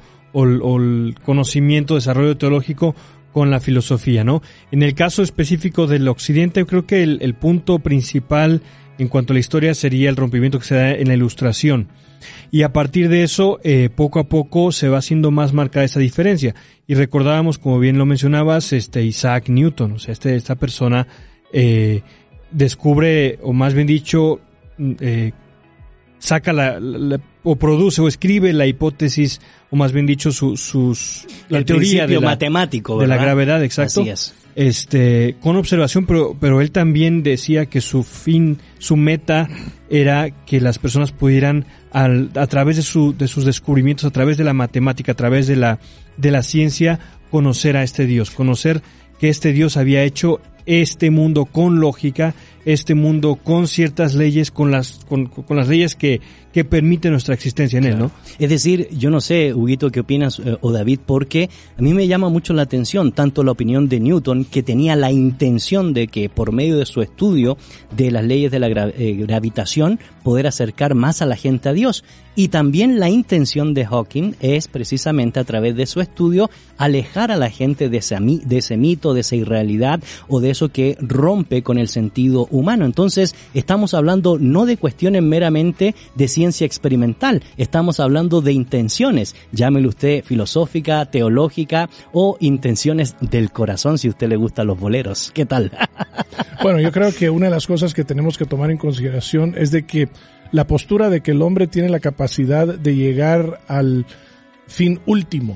el conocimiento, desarrollo teológico con la filosofía, ¿no? En el caso específico del occidente, yo creo que el punto principal en cuanto a la historia sería el rompimiento que se da en la Ilustración. Y a partir de eso, poco a poco se va haciendo más marcada esa diferencia. Y recordábamos, como bien lo mencionabas, Isaac Newton, o sea, esta persona descubre, o más bien dicho, saca o produce o escribe la hipótesis, o más bien dicho, la teoría de matemático, de la gravedad, exacto. Así es. Con observación, pero él también decía que su meta era que las personas pudieran, a través de sus descubrimientos, a través de la matemática, a través de la ciencia, conocer a este Dios, conocer que este Dios había hecho este mundo con lógica, este mundo con ciertas leyes, con las leyes que permiten nuestra existencia en él, ¿no? Es decir, yo no sé, Huguito, ¿qué opinas, o David? Porque a mí me llama mucho la atención tanto la opinión de Newton, que tenía la intención de que por medio de su estudio de las leyes de la gravitación poder acercar más a la gente a Dios, y también la intención de Hawking es precisamente a través de su estudio alejar a la gente de ese mito, de esa irrealidad o de eso que rompe con el sentido humano. Entonces, estamos hablando no de cuestiones meramente de ciencia experimental, estamos hablando de intenciones, llámelo usted filosófica, teológica o intenciones del corazón, si a usted le gustan los boleros. ¿Qué tal? Bueno, yo creo que una de las cosas que tenemos que tomar en consideración es de que la postura de que el hombre tiene la capacidad de llegar al fin último,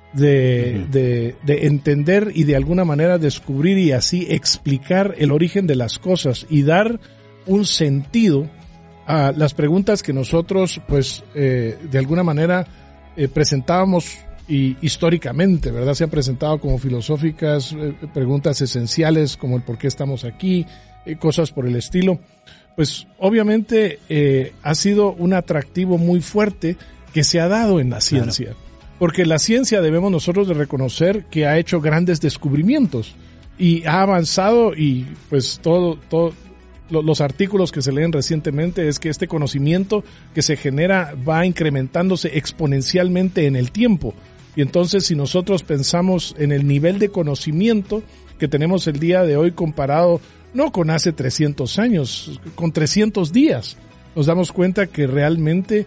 de entender y de alguna manera descubrir y así explicar el origen de las cosas y dar un sentido a las preguntas que nosotros pues de alguna manera presentábamos y históricamente, ¿verdad? Se han presentado como filosóficas, preguntas esenciales como el por qué estamos aquí, cosas por el estilo. Pues obviamente ha sido un atractivo muy fuerte que se ha dado en la ciencia. Claro. Porque la ciencia debemos nosotros de reconocer que ha hecho grandes descubrimientos y ha avanzado y pues todos los artículos que se leen recientemente es que este conocimiento que se genera va incrementándose exponencialmente en el tiempo. Y entonces si nosotros pensamos en el nivel de conocimiento que tenemos el día de hoy comparado no con hace 300 años, con 300 días, nos damos cuenta que realmente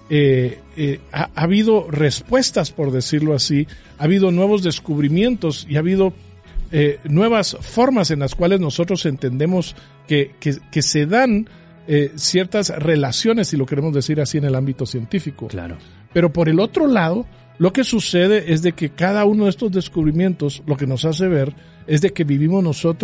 ha habido respuestas, por decirlo así, ha habido nuevos descubrimientos y ha habido nuevas formas en las cuales nosotros entendemos que se dan ciertas relaciones, si lo queremos decir así, en el ámbito científico. Claro. Pero por el otro lado, lo que sucede es de que cada uno de estos descubrimientos, lo que nos hace ver es de que vivimos nosotros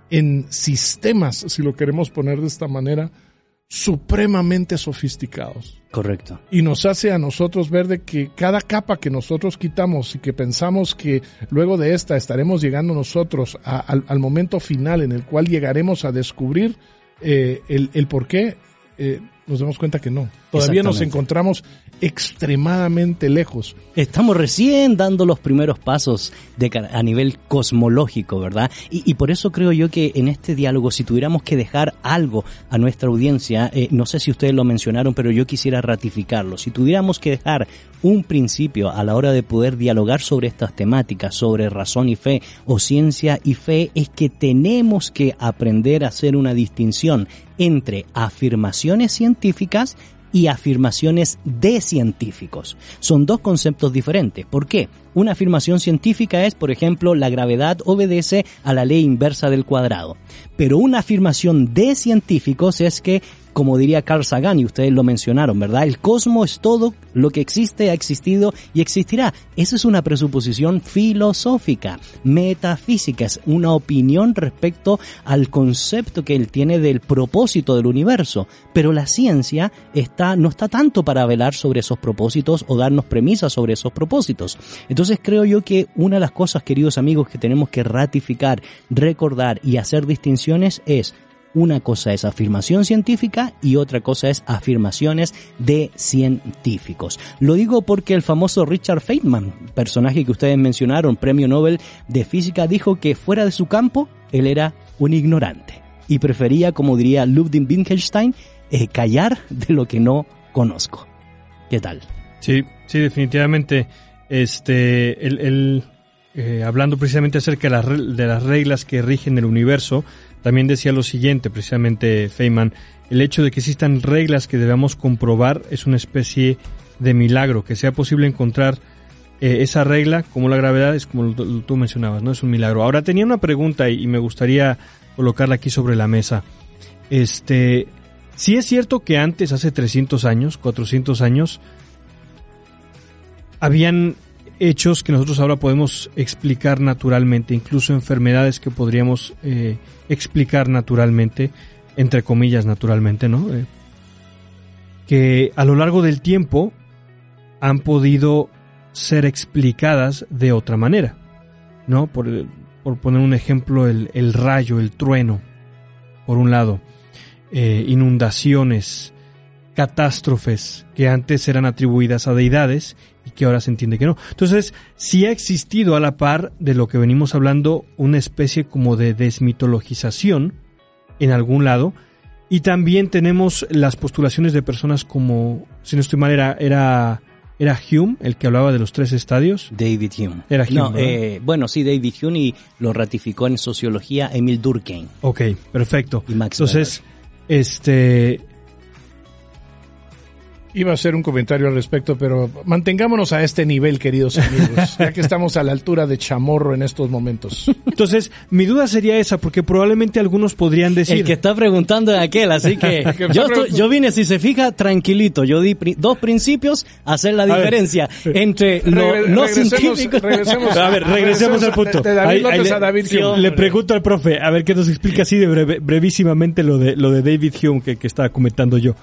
en sistemas, si lo queremos poner de esta manera, supremamente sofisticados. Correcto. Y nos hace a nosotros ver de que cada capa que nosotros quitamos y que pensamos que luego de esta estaremos llegando nosotros al momento final en el cual llegaremos a descubrir el por qué, nos damos cuenta que no. Todavía nos encontramos extremadamente lejos. Estamos recién dando los primeros pasos a nivel cosmológico, ¿verdad? Y por eso creo yo que en este diálogo, si tuviéramos que dejar algo a nuestra audiencia, no sé si ustedes lo mencionaron, pero yo quisiera ratificarlo. Si tuviéramos que dejar un principio a la hora de poder dialogar sobre estas temáticas, sobre razón y fe o ciencia y fe, es que tenemos que aprender a hacer una distinción entre afirmaciones científicas y afirmaciones de científicos. Son dos conceptos diferentes. ¿Por qué? Una afirmación científica es, por ejemplo, la gravedad obedece a la ley inversa del cuadrado. Pero una afirmación de científicos es que, como diría Carl Sagan, y ustedes lo mencionaron, ¿verdad? El cosmos es todo lo que existe, ha existido y existirá. Esa es una presuposición filosófica, metafísica, es una opinión respecto al concepto que él tiene del propósito del universo. Pero la ciencia no está tanto para velar sobre esos propósitos o darnos premisas sobre esos propósitos. Entonces creo yo que una de las cosas, queridos amigos, que tenemos que ratificar, recordar y hacer distinciones es: una cosa es afirmación científica y otra cosa es afirmaciones de científicos. Lo digo porque el famoso Richard Feynman, personaje que ustedes mencionaron, premio Nobel de Física, dijo que fuera de su campo él era un ignorante y prefería, como diría Ludwig Wittgenstein, callar de lo que no conozco. ¿Qué tal? Sí, definitivamente. Hablando precisamente acerca de las reglas que rigen el universo, también decía lo siguiente, precisamente Feynman: el hecho de que existan reglas que debamos comprobar es una especie de milagro. Que sea posible encontrar esa regla, como la gravedad, es como tú mencionabas, ¿no? Es un milagro. Ahora tenía una pregunta y me gustaría colocarla aquí sobre la mesa. Sí es cierto que antes, hace 300 años, 400 años, habían hechos que nosotros ahora podemos explicar naturalmente, incluso enfermedades que podríamos explicar naturalmente, entre comillas naturalmente, ¿no? Que a lo largo del tiempo han podido ser explicadas de otra manera, ¿no? Por poner un ejemplo, el rayo, el trueno, por un lado, inundaciones, catástrofes que antes eran atribuidas a deidades y que ahora se entiende que no. Entonces, sí ha existido a la par de lo que venimos hablando una especie como de desmitologización en algún lado, y también tenemos las postulaciones de personas como, si no estoy mal, era Hume el que hablaba de los 3 estadios. David Hume. Era Hume, ¿no? Bueno, sí, David Hume, y lo ratificó en sociología Emil Durkheim. Ok, perfecto. Y Max Entonces, Iba a hacer un comentario al respecto, pero mantengámonos a este nivel, queridos amigos, ya que estamos a la altura de Chamorro en estos momentos. Entonces, mi duda sería esa, porque probablemente algunos podrían decir... El que está preguntando es aquel, así que yo vine, si se fija, tranquilito. Yo di 2 principios, hacer la diferencia entre lo no científico... Regresemos al punto. De David López a David Hume. Le pregunto al profe, a ver qué nos explica así de brevísimamente lo de David Hume que estaba comentando yo.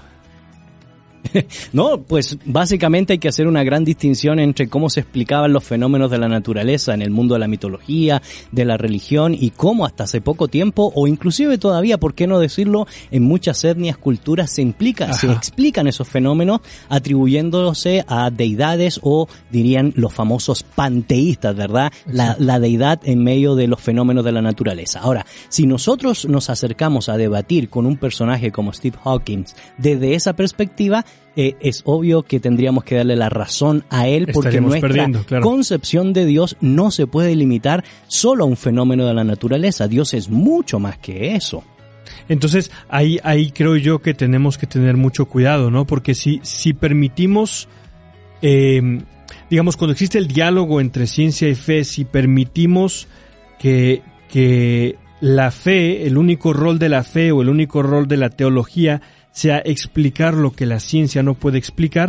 No, pues básicamente hay que hacer una gran distinción entre cómo se explicaban los fenómenos de la naturaleza en el mundo de la mitología, de la religión, y cómo hasta hace poco tiempo, o inclusive todavía, por qué no decirlo, en muchas etnias, culturas se explican esos fenómenos atribuyéndose a deidades, o dirían los famosos panteístas, ¿verdad? La deidad en medio de los fenómenos de la naturaleza. Ahora, si nosotros nos acercamos a debatir con un personaje como Steve Hawking desde esa perspectiva, es obvio que tendríamos que darle la razón a él, porque nuestra concepción de Dios no se puede limitar solo a un fenómeno de la naturaleza. Dios es mucho más que eso. Entonces, ahí creo yo que tenemos que tener mucho cuidado, ¿no? Porque si permitimos, digamos, cuando existe el diálogo entre ciencia y fe, si permitimos que la fe, el único rol de la fe o el único rol de la teología sea explicar lo que la ciencia no puede explicar,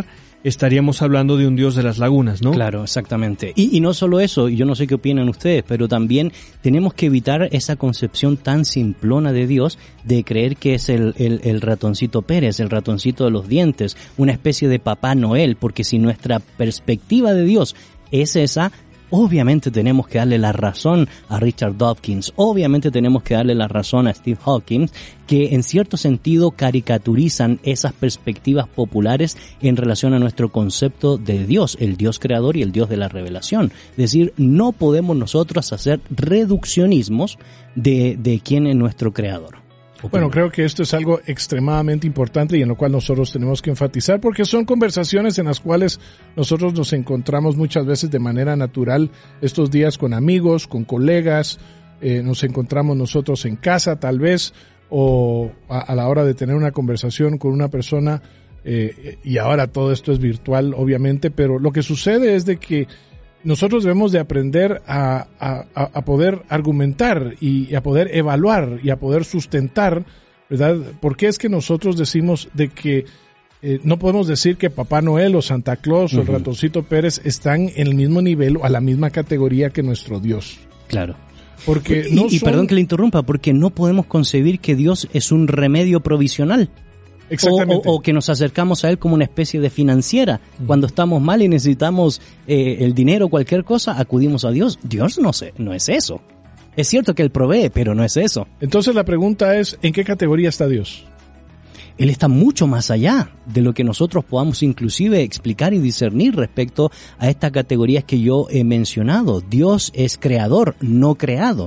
estaríamos hablando de un Dios de las lagunas, ¿no? Claro, exactamente. Y no solo eso, yo no sé qué opinan ustedes, pero también tenemos que evitar esa concepción tan simplona de Dios de creer que es el ratoncito Pérez, el ratoncito de los dientes, una especie de Papá Noel, porque si nuestra perspectiva de Dios es esa, obviamente tenemos que darle la razón a Richard Dawkins, obviamente tenemos que darle la razón a Steve Hawking, que en cierto sentido caricaturizan esas perspectivas populares en relación a nuestro concepto de Dios, el Dios creador y el Dios de la revelación. Es decir, no podemos nosotros hacer reduccionismos de quién es nuestro creador. Bueno, creo que esto es algo extremadamente importante y en lo cual nosotros tenemos que enfatizar, porque son conversaciones en las cuales nosotros nos encontramos muchas veces de manera natural estos días con amigos, con colegas, nos encontramos nosotros en casa tal vez, o a la hora de tener una conversación con una persona, y ahora todo esto es virtual obviamente, pero lo que sucede es de que nosotros debemos de aprender a poder argumentar y a poder evaluar y a poder sustentar, ¿verdad? ¿Por qué es que nosotros decimos de que no podemos decir que Papá Noel o Santa Claus o el ratoncito Pérez están en el mismo nivel o a la misma categoría que nuestro Dios? Claro. Porque y perdón que le interrumpa, porque no podemos concebir que Dios es un remedio provisional. Exactamente. O que nos acercamos a Él como una especie de financiera. Cuando estamos mal y necesitamos el dinero o cualquier cosa, acudimos a Dios. Dios no es eso. Es cierto que Él provee, pero no es eso. Entonces la pregunta es, ¿en qué categoría está Dios? Él está mucho más allá de lo que nosotros podamos inclusive explicar y discernir respecto a estas categorías que yo he mencionado. Dios es creador, no creado.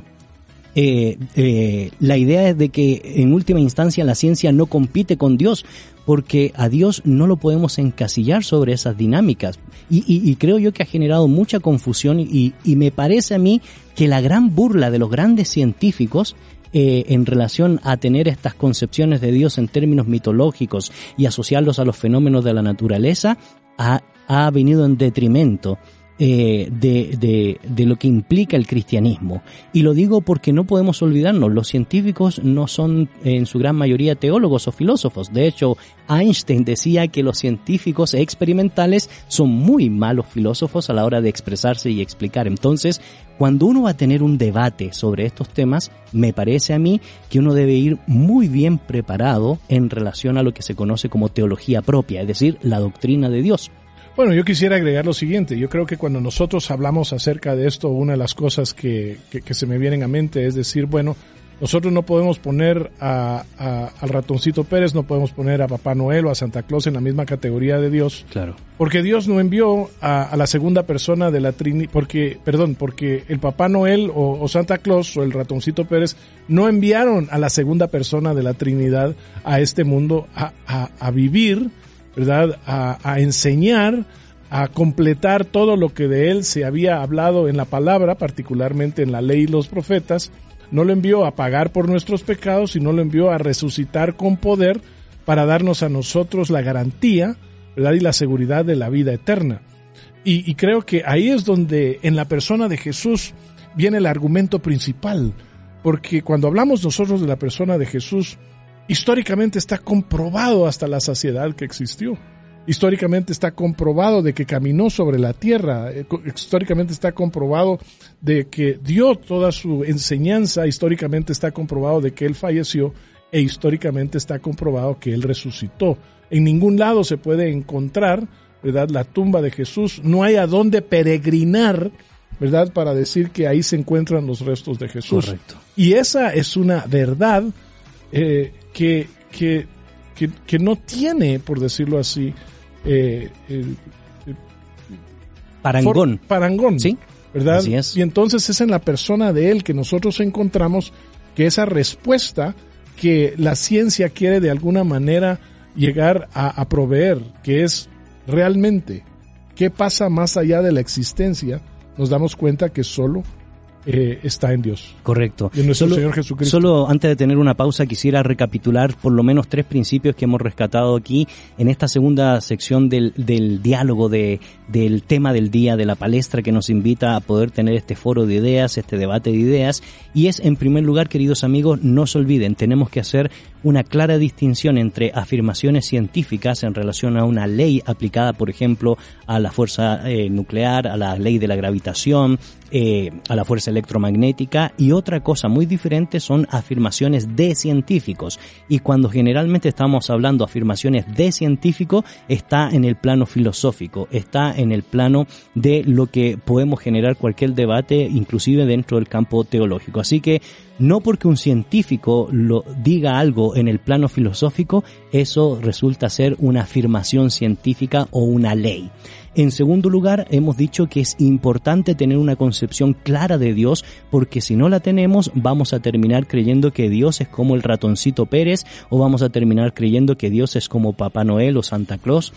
La idea es de que en última instancia la ciencia no compite con Dios, porque a Dios no lo podemos encasillar sobre esas dinámicas, y creo yo que ha generado mucha confusión, y me parece a mí que la gran burla de los grandes científicos en relación a tener estas concepciones de Dios en términos mitológicos y asociarlos a los fenómenos de la naturaleza ha venido en detrimento de lo que implica el cristianismo. Y lo digo porque no podemos olvidarnos, los científicos no son en su gran mayoría teólogos o filósofos. De hecho, Einstein decía que los científicos experimentales son muy malos filósofos a la hora de expresarse y explicar. Entonces, cuando uno va a tener un debate sobre estos temas, me parece a mí que uno debe ir muy bien preparado en relación a lo que se conoce como teología propia, es decir, la doctrina de Dios. Bueno, yo quisiera agregar lo siguiente. Yo creo que cuando nosotros hablamos acerca de esto, una de las cosas que se me vienen a mente es decir, bueno, nosotros no podemos poner al ratoncito Pérez, no podemos poner a Papá Noel o a Santa Claus en la misma categoría de Dios. Claro. Porque Dios no envió a la segunda persona de la Trinidad, porque el Papá Noel o Santa Claus o el ratoncito Pérez no enviaron a la segunda persona de la Trinidad a este mundo a vivir, ¿verdad? A enseñar, a completar todo lo que de él se había hablado en la palabra, particularmente en la ley y los profetas. No lo envió a pagar por nuestros pecados, sino lo envió a resucitar con poder para darnos a nosotros la garantía, ¿verdad? Y la seguridad de la vida eterna. Y creo que ahí es donde en la persona de Jesús viene el argumento principal, porque cuando hablamos nosotros de la persona de Jesús, históricamente está comprobado hasta la saciedad que existió. Históricamente está comprobado de que caminó sobre la tierra. Históricamente está comprobado de que dio toda su enseñanza. Históricamente está comprobado de que él falleció. E históricamente está comprobado que él resucitó. En ningún lado se puede encontrar, ¿verdad?, la tumba de Jesús. No hay a dónde peregrinar, ¿verdad?, para decir que ahí se encuentran los restos de Jesús. Correcto. Y esa es una verdad que no tiene, por decirlo así, parangón, sí, ¿verdad? Así es. Y entonces es en la persona de él que nosotros encontramos que esa respuesta que la ciencia quiere de alguna manera llegar a proveer, que es realmente qué pasa más allá de la existencia, nos damos cuenta que solo está en Dios. Correcto. Y en nuestro Señor Jesucristo. Solo antes de tener una pausa quisiera recapitular por lo menos 3 principios que hemos rescatado aquí en esta segunda sección del diálogo del tema del día, de la palestra que nos invita a poder tener este foro de ideas, este debate de ideas. Y es, en primer lugar, queridos amigos, no se olviden, tenemos que hacer una clara distinción entre afirmaciones científicas en relación a una ley aplicada, por ejemplo, a la fuerza nuclear, a la ley de la gravitación, a la fuerza electromagnética, y otra cosa muy diferente son afirmaciones de científicos. Y cuando generalmente estamos hablando de afirmaciones de científico, está en el plano filosófico, está en el plano de lo que podemos generar cualquier debate, inclusive dentro del campo teológico. Así que no porque un científico lo diga algo en el plano filosófico, eso resulta ser una afirmación científica o una ley. En segundo lugar, hemos dicho que es importante tener una concepción clara de Dios, porque si no la tenemos, vamos a terminar creyendo que Dios es como el ratoncito Pérez, o vamos a terminar creyendo que Dios es como Papá Noel o Santa Claus,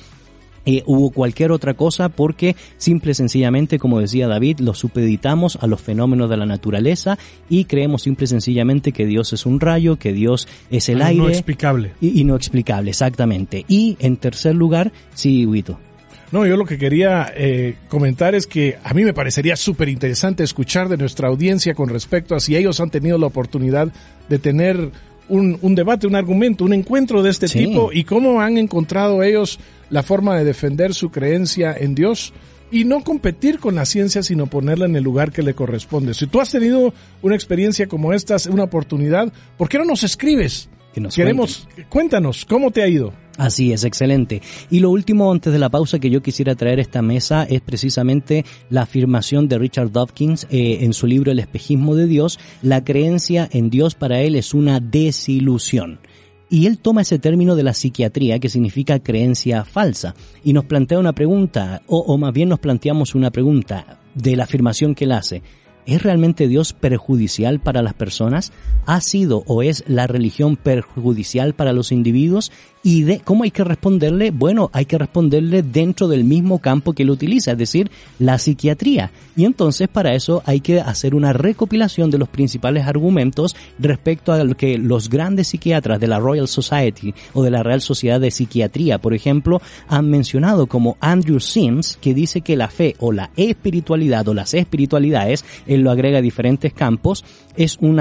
o cualquier otra cosa, porque simple y sencillamente, como decía David, lo supeditamos a los fenómenos de la naturaleza y creemos simple y sencillamente que Dios es un rayo, que Dios es el aire. No explicable. Y no explicable, exactamente. Y en tercer lugar, sí, Huguito. No, yo lo que quería comentar es que a mí me parecería súper interesante escuchar de nuestra audiencia con respecto a si ellos han tenido la oportunidad de tener un debate, un argumento, un encuentro de este tipo, y cómo han encontrado ellos la forma de defender su creencia en Dios y no competir con la ciencia, sino ponerla en el lugar que le corresponde. Si tú has tenido una experiencia como esta, una oportunidad, ¿por qué no nos escribes? Cuéntanos, ¿cómo te ha ido? Así es, excelente. Y lo último, antes de la pausa, que yo quisiera traer a esta mesa es precisamente la afirmación de Richard Dawkins en su libro El espejismo de Dios. La creencia en Dios para él es una desilusión. Y él toma ese término de la psiquiatría, que significa creencia falsa, y nos plantea una pregunta, o más bien nos planteamos una pregunta de la afirmación que él hace. ¿Es realmente Dios perjudicial para las personas? ¿Ha sido o es la religión perjudicial para los individuos? ¿Y cómo hay que responderle? Bueno, hay que responderle dentro del mismo campo que él utiliza, es decir, la psiquiatría. Y entonces para eso hay que hacer una recopilación de los principales argumentos respecto a lo que los grandes psiquiatras de la Royal Society o de la Real Sociedad de Psiquiatría, por ejemplo, han mencionado, como Andrew Sims, que dice que la fe o la espiritualidad o las espiritualidades, él lo agrega a diferentes campos, es un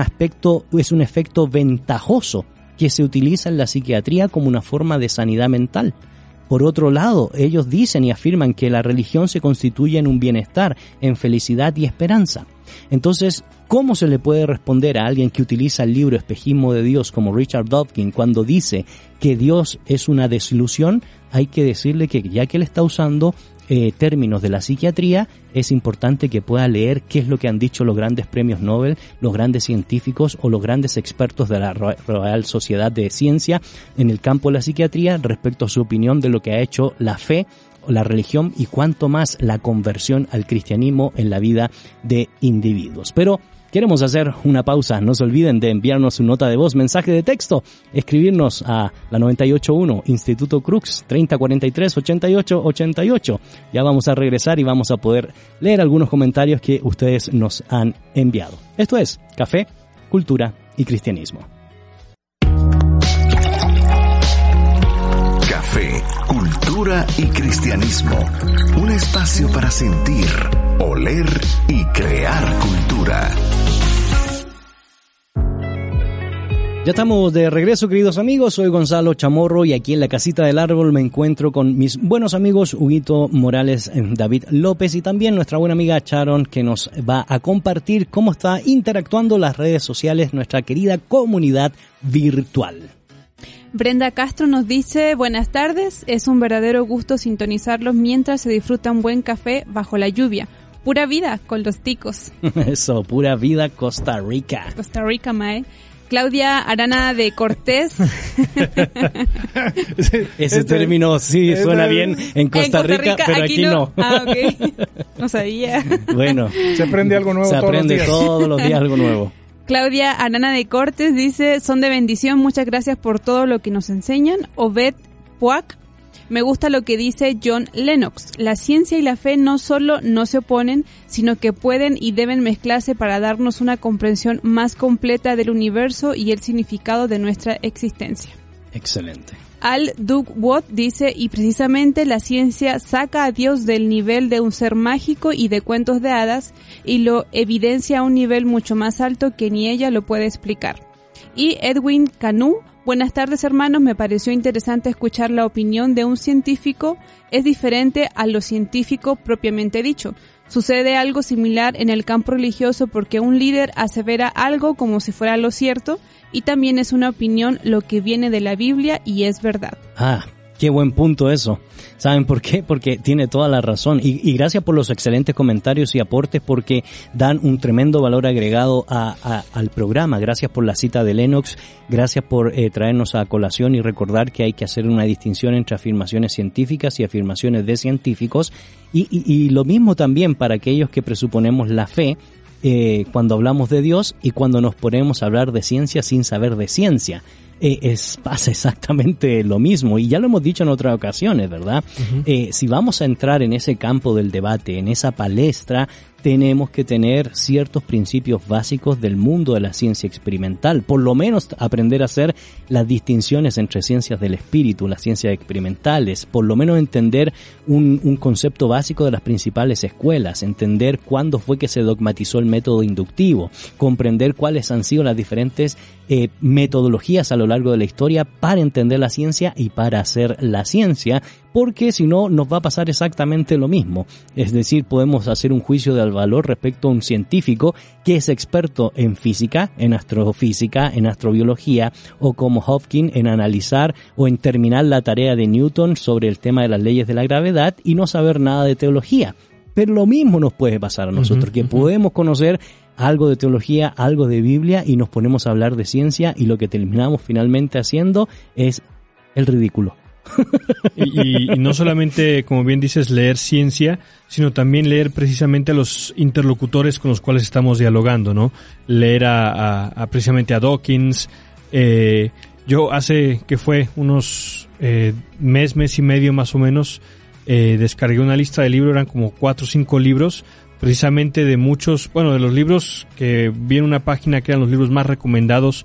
efecto ventajoso que se utiliza en la psiquiatría como una forma de sanidad mental. Por otro lado, ellos dicen y afirman que la religión se constituye en un bienestar, en felicidad y esperanza. Entonces, ¿cómo se le puede responder a alguien que utiliza el libro Espejismo de Dios como Richard Dawkins cuando dice que Dios es una desilusión? Hay que decirle que ya que él está usando términos de la psiquiatría, es importante que pueda leer qué es lo que han dicho los grandes premios Nobel, los grandes científicos o los grandes expertos de la Real Sociedad de Ciencia en el campo de la psiquiatría respecto a su opinión de lo que ha hecho la fe, la religión y cuanto más la conversión al cristianismo en la vida de individuos. Pero queremos hacer una pausa. No se olviden de enviarnos su nota de voz, mensaje de texto, escribirnos a la 981 Instituto Crux 3043 8888. Ya vamos a regresar y vamos a poder leer algunos comentarios que ustedes nos han enviado. Esto es Café, Cultura y Cristianismo. Café, Cultura y Cristianismo. Un espacio para sentir, oler y crear cultura. Ya estamos de regreso, queridos amigos. Soy Gonzalo Chamorro y aquí en la Casita del Árbol me encuentro con mis buenos amigos Huguito Morales, David López y también nuestra buena amiga Sharon, que nos va a compartir cómo está interactuando las redes sociales, nuestra querida comunidad virtual. Brenda Castro nos dice: buenas tardes, es un verdadero gusto sintonizarlos mientras se disfruta un buen café bajo la lluvia. Pura vida con los ticos. Eso, pura vida Costa Rica. Costa Rica, mae. Claudia Arana de Cortés. Ese término sí suena bien en Costa Rica, pero aquí no. Ah, ok. No sabía. Bueno. Se aprende algo nuevo todos los días. Se aprende todos los días algo nuevo. Claudia Arana de Cortés dice: son de bendición, muchas gracias por todo lo que nos enseñan. Obed Puac Me gusta lo que dice John Lennox. La ciencia y la fe no solo no se oponen, sino que pueden y deben mezclarse para darnos una comprensión más completa del universo y el significado de nuestra existencia. Excelente. Al Duckworth dice, y precisamente la ciencia saca a Dios del nivel de un ser mágico y de cuentos de hadas y lo evidencia a un nivel mucho más alto que ni ella lo puede explicar. Y Edwin Canu, buenas tardes hermanos, me pareció interesante escuchar la opinión de un científico, es diferente a lo científico propiamente dicho. Sucede algo similar en el campo religioso porque un líder asevera algo como si fuera lo cierto y también es una opinión lo que viene de la Biblia y es verdad. Ah, qué buen punto eso. ¿Saben por qué? Porque tiene toda la razón. Y gracias por los excelentes comentarios y aportes porque dan un tremendo valor agregado al programa. Gracias por la cita de Lennox. Gracias por traernos a colación y recordar que hay que hacer una distinción entre afirmaciones científicas y afirmaciones de científicos. Y lo mismo también para aquellos que presuponemos la fe cuando hablamos de Dios y cuando nos ponemos a hablar de ciencia sin saber de ciencia. Pasa exactamente lo mismo y ya lo hemos dicho en otras ocasiones, ¿verdad? Uh-huh. Si vamos a entrar en ese campo del debate, en esa palestra, tenemos que tener ciertos principios básicos del mundo de la ciencia experimental, por lo menos aprender a hacer las distinciones entre ciencias del espíritu, las ciencias experimentales, por lo menos entender un concepto básico de las principales escuelas, entender cuándo fue que se dogmatizó el método inductivo, comprender cuáles han sido las diferentes metodologías a lo largo de la historia para entender la ciencia y para hacer la ciencia, porque si no nos va a pasar exactamente lo mismo. Es decir, podemos hacer un juicio del valor respecto a un científico que es experto en física, en astrofísica, en astrobiología, o como Hopkins en analizar o en terminar la tarea de Newton sobre el tema de las leyes de la gravedad y no saber nada de teología. Pero lo mismo nos puede pasar a nosotros, que podemos conocer algo de teología, algo de Biblia y nos ponemos a hablar de ciencia y lo que terminamos finalmente haciendo es el ridículo. Y no solamente, como bien dices, leer ciencia, sino también leer precisamente a los interlocutores con los cuales estamos dialogando, ¿no? Leer precisamente a Dawkins. Yo hace que fue unos mes y medio más o menos, descargué una lista de libros, eran como 4 o 5 libros, precisamente de muchos, de los libros que vi en una página que eran los libros más recomendados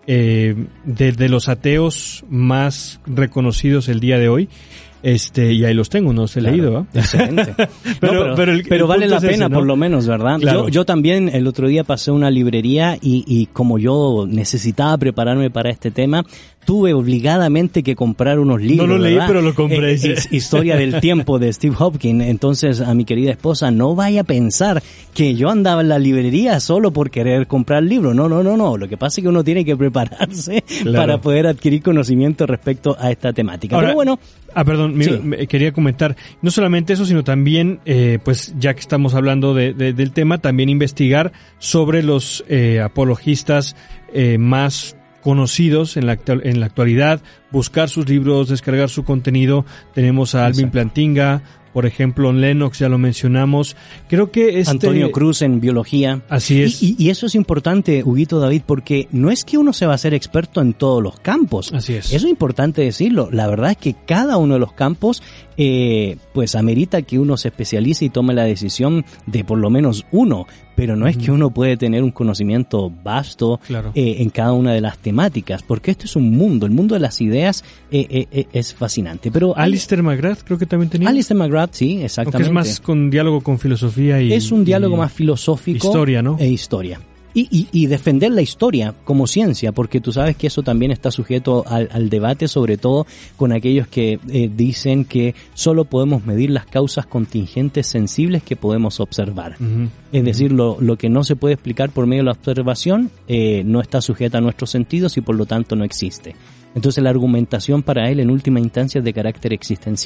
de los ateos más reconocidos el día de hoy. Y ahí los tengo, no los he leído, ¿eh? Excelente. pero vale la pena, ¿no? Por lo menos, ¿verdad? Claro. Yo también el otro día pasé a una librería y como yo necesitaba prepararme para este tema, tuve obligadamente que comprar unos libros. No lo leí, ¿verdad? pero lo compré. Historia del tiempo de Steve Hopkins. Entonces, a mi querida esposa, no vaya a pensar que yo andaba en la librería solo por querer comprar libros. No. Lo que pasa es que uno tiene que prepararse para poder adquirir conocimiento respecto a esta temática. Ahora, pero bueno. Perdón, quería comentar, no solamente eso, sino también, pues ya que estamos hablando del tema, también investigar sobre los apologistas más conocidos en la actualidad, buscar sus libros, descargar su contenido. Tenemos a Alvin Plantinga, por ejemplo, Lennox, ya lo mencionamos. Creo que Antonio Cruz en biología. Así es. Y eso es importante, Huguito, David, porque no es que uno se va a hacer experto en todos los campos. Así es. Eso es importante decirlo. La verdad es que cada uno de los campos, pues amerita que uno se especialice y tome la decisión de por lo menos uno. Pero no es que uno puede tener un conocimiento vasto en cada una de las temáticas, porque esto es un mundo, el mundo de las ideas es fascinante. Pero Alistair McGrath creo que también tenía. Alistair McGrath, sí, exactamente. Aunque es más con diálogo con filosofía y... Es un diálogo más filosófico. Historia, ¿no? E historia. Y defender la historia como ciencia, porque tú sabes que eso también está sujeto al debate, sobre todo con aquellos que dicen que solo podemos medir las causas contingentes sensibles que podemos observar. Es decir, lo que no se puede explicar por medio de la observación no está sujeta a nuestros sentidos y por lo tanto no existe. Entonces la argumentación para él en última instancia es de carácter existencial.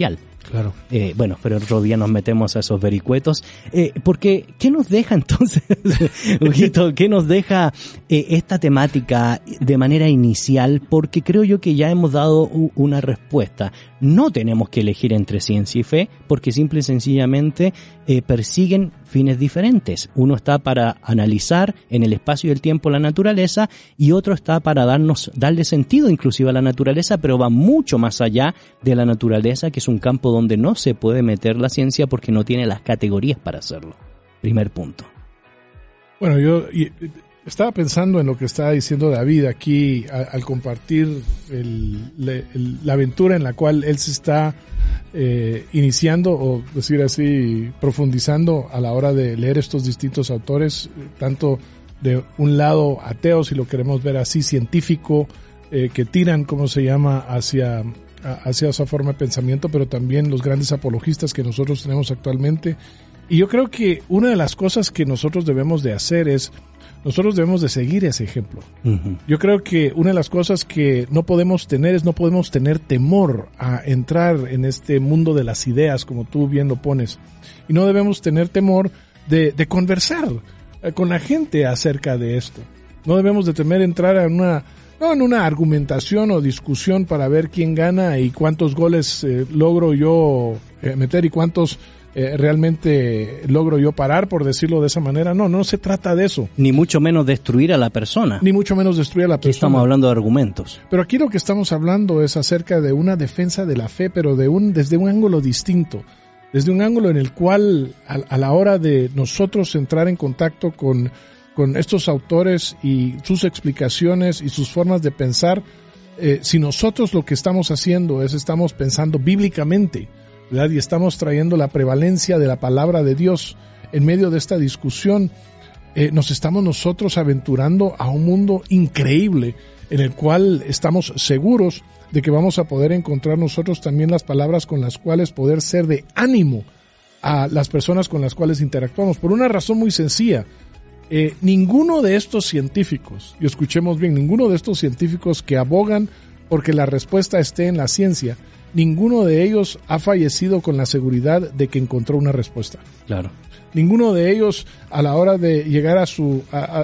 Claro. Bueno, pero otro día nos metemos a esos vericuetos. Porque, ¿qué nos deja entonces, Huguito? ¿Qué nos deja esta temática de manera inicial? Porque creo yo que ya hemos dado una respuesta. No tenemos que elegir entre ciencia y fe, porque simple y sencillamente persiguen fines diferentes. Uno está para analizar en el espacio y el tiempo la naturaleza, y otro está para darle sentido inclusive a la naturaleza, pero va mucho más allá de la naturaleza, que es un campo donde no se puede meter la ciencia porque no tiene las categorías para hacerlo. Primer punto. Bueno, yo estaba pensando en lo que estaba diciendo David aquí al compartir la aventura en la cual él se está iniciando, o decir así, profundizando a la hora de leer estos distintos autores, tanto de un lado ateo, si lo queremos ver así, científico, que tiran, ¿cómo se llama?, hacia esa forma de pensamiento, pero también los grandes apologistas que nosotros tenemos actualmente. Y yo creo que una de las cosas que nosotros debemos de hacer es, nosotros debemos de seguir ese ejemplo. Uh-huh. Yo creo que una de las cosas que no podemos tener temor a entrar en este mundo de las ideas, como tú bien lo pones. Y no debemos tener temor de conversar con la gente acerca de esto. No debemos de temer entrar en una argumentación o discusión para ver quién gana y cuántos goles logro yo meter y cuántos realmente logro yo parar, por decirlo de esa manera. No se trata de eso. Ni mucho menos destruir a la persona. Ni mucho menos destruir a la persona. Aquí estamos hablando de argumentos. Pero aquí lo que estamos hablando es acerca de una defensa de la fe, pero desde un ángulo distinto. Desde un ángulo en el cual, a la hora de nosotros entrar en contacto con estos autores y sus explicaciones y sus formas de pensar, si nosotros lo que estamos haciendo estamos pensando bíblicamente, ¿verdad? Y estamos trayendo la prevalencia de la palabra de Dios en medio de esta discusión, nos estamos nosotros aventurando a un mundo increíble en el cual estamos seguros de que vamos a poder encontrar nosotros también las palabras con las cuales poder ser de ánimo a las personas con las cuales interactuamos, por una razón muy sencilla. Ninguno de estos científicos, y escuchemos bien, ninguno de estos científicos que abogan porque la respuesta esté en la ciencia, ninguno de ellos ha fallecido con la seguridad de que encontró una respuesta. Claro. Ninguno de ellos, a la hora de llegar a su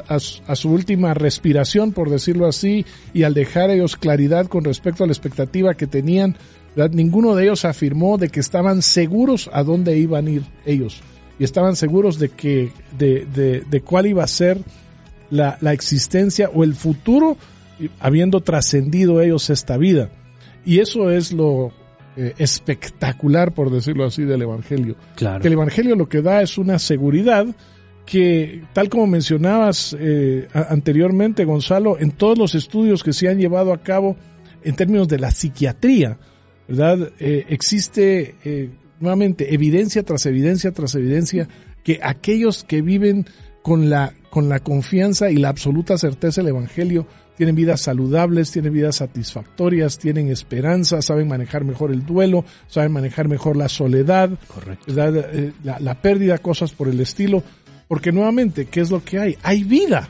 última respiración, por decirlo así, y al dejar ellos claridad con respecto a la expectativa que tenían, ¿verdad? Ninguno de ellos afirmó de que estaban seguros a dónde iban a ir ellos. Y estaban seguros de que de cuál iba a ser la existencia o el futuro, habiendo trascendido ellos esta vida. Y eso es lo espectacular, por decirlo así, del Evangelio. Claro. Que el Evangelio lo que da es una seguridad que, tal como mencionabas anteriormente, Gonzalo, en todos los estudios que se han llevado a cabo en términos de la psiquiatría, ¿verdad? Existe nuevamente evidencia tras evidencia tras evidencia que aquellos que viven con la confianza y la absoluta certeza del Evangelio tienen vidas saludables, tienen vidas satisfactorias, tienen esperanza, saben manejar mejor el duelo, saben manejar mejor la soledad, correcto, la pérdida, cosas por el estilo, porque nuevamente, ¿qué es lo que hay? Hay vida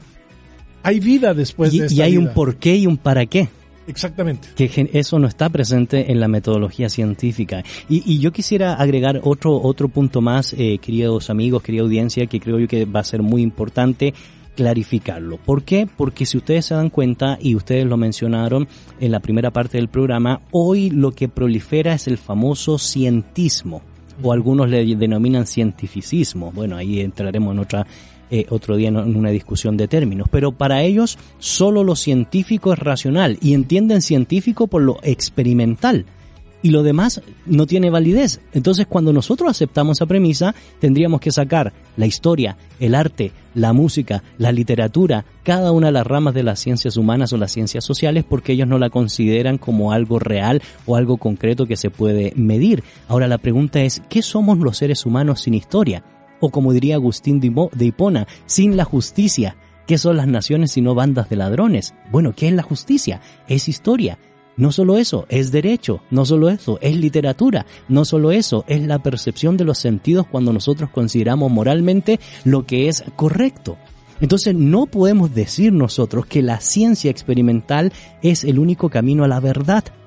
después de esta vida. Y hay un porqué y un para qué. Exactamente. Que eso no está presente en la metodología científica. Y yo quisiera agregar otro punto más, queridos amigos, querida audiencia, que creo yo que va a ser muy importante clarificarlo. ¿Por qué? Porque si ustedes se dan cuenta, y ustedes lo mencionaron en la primera parte del programa, hoy lo que prolifera es el famoso cientismo, o algunos le denominan cientificismo. Bueno, ahí entraremos en otro día en una discusión de términos, pero para ellos solo lo científico es racional y entienden científico por lo experimental y lo demás no tiene validez. Entonces, cuando nosotros aceptamos esa premisa, tendríamos que sacar la historia, el arte, la música, la literatura, cada una de las ramas de las ciencias humanas o las ciencias sociales, porque ellos no la consideran como algo real o algo concreto que se puede medir. Ahora la pregunta es, ¿qué somos los seres humanos sin historia? O como diría Agustín de Hipona, sin la justicia. ¿Qué son las naciones sino bandas de ladrones? Bueno, ¿qué es la justicia? Es historia. No solo eso, es derecho. No solo eso, es literatura. No solo eso, es la percepción de los sentidos cuando nosotros consideramos moralmente lo que es correcto. Entonces no podemos decir nosotros que la ciencia experimental es el único camino a la verdad.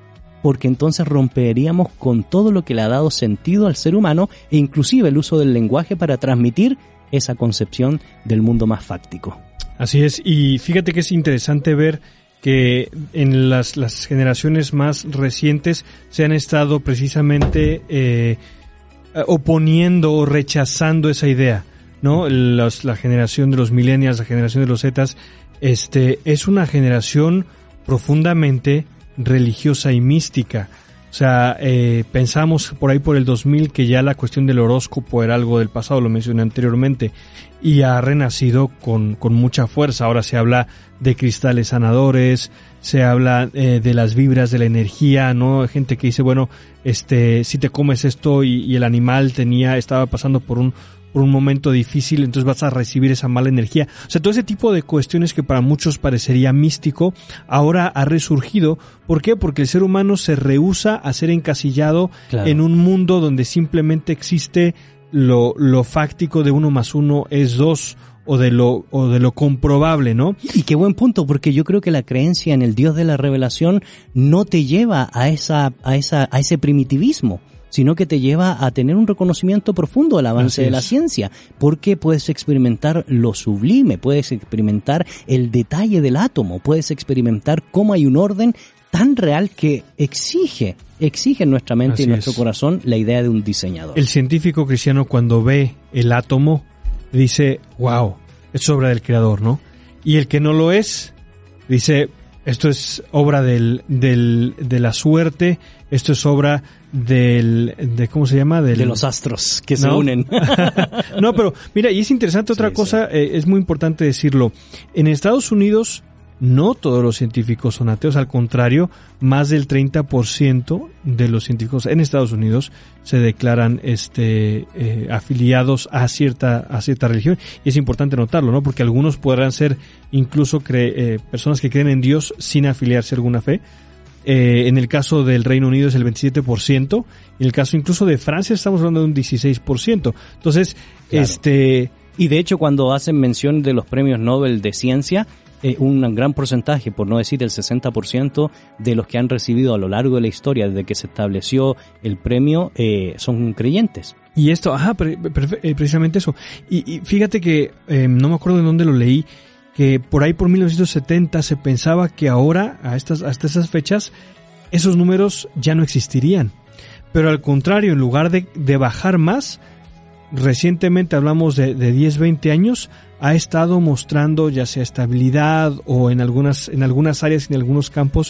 porque entonces romperíamos con todo lo que le ha dado sentido al ser humano e inclusive el uso del lenguaje para transmitir esa concepción del mundo más fáctico. Así es, y fíjate que es interesante ver que en las generaciones más recientes se han estado precisamente oponiendo o rechazando esa idea, ¿no? La generación de los millennials, la generación de los Zetas, es una generación profundamente religiosa y mística. O sea, pensamos por ahí por el 2000 que ya la cuestión del horóscopo era algo del pasado, lo mencioné anteriormente, y ha renacido con mucha fuerza. Ahora se habla de cristales sanadores, se habla de las vibras de la energía, ¿no? Hay gente que dice, bueno, si te comes esto y el animal estaba pasando por un momento difícil, entonces vas a recibir esa mala energía. O sea, todo ese tipo de cuestiones que para muchos parecería místico, ahora ha resurgido. ¿Por qué? Porque el ser humano se rehúsa a ser encasillado en un mundo donde simplemente existe lo fáctico de 1 más 1 es 2, o de lo comprobable, ¿no? Y qué buen punto, porque yo creo que la creencia en el Dios de la revelación no te lleva a ese primitivismo, sino que te lleva a tener un reconocimiento profundo del avance de la ciencia, porque puedes experimentar lo sublime, puedes experimentar el detalle del átomo, puedes experimentar cómo hay un orden tan real que exige en nuestra mente y nuestro corazón la idea de un diseñador. El científico cristiano, cuando ve el átomo, dice, wow, es obra del Creador, ¿no? Y el que no lo es, dice, esto es obra de la suerte, esto es obra ¿cómo se llama? De los astros que se unen. No, pero mira, y es interesante otra cosa, es muy importante decirlo. En Estados Unidos, no todos los científicos son ateos, al contrario, más del 30% de los científicos en Estados Unidos se declaran afiliados a cierta religión, y es importante notarlo, ¿no? Porque algunos podrán ser incluso personas que creen en Dios sin afiliarse a alguna fe. En el caso del Reino Unido es el 27%, en el caso incluso de Francia estamos hablando de un 16%. Entonces, claro. Y de hecho, cuando hacen mención de los premios Nobel de ciencia, un gran porcentaje, por no decir el 60%, de los que han recibido a lo largo de la historia desde que se estableció el premio son creyentes. Y esto, precisamente eso. Y fíjate que no me acuerdo de dónde lo leí, que por ahí por 1970 se pensaba que ahora, hasta esas fechas, esos números ya no existirían. Pero al contrario, en lugar de bajar más, recientemente hablamos de 10, 20 años, ha estado mostrando ya sea estabilidad o en algunas áreas, en algunos campos,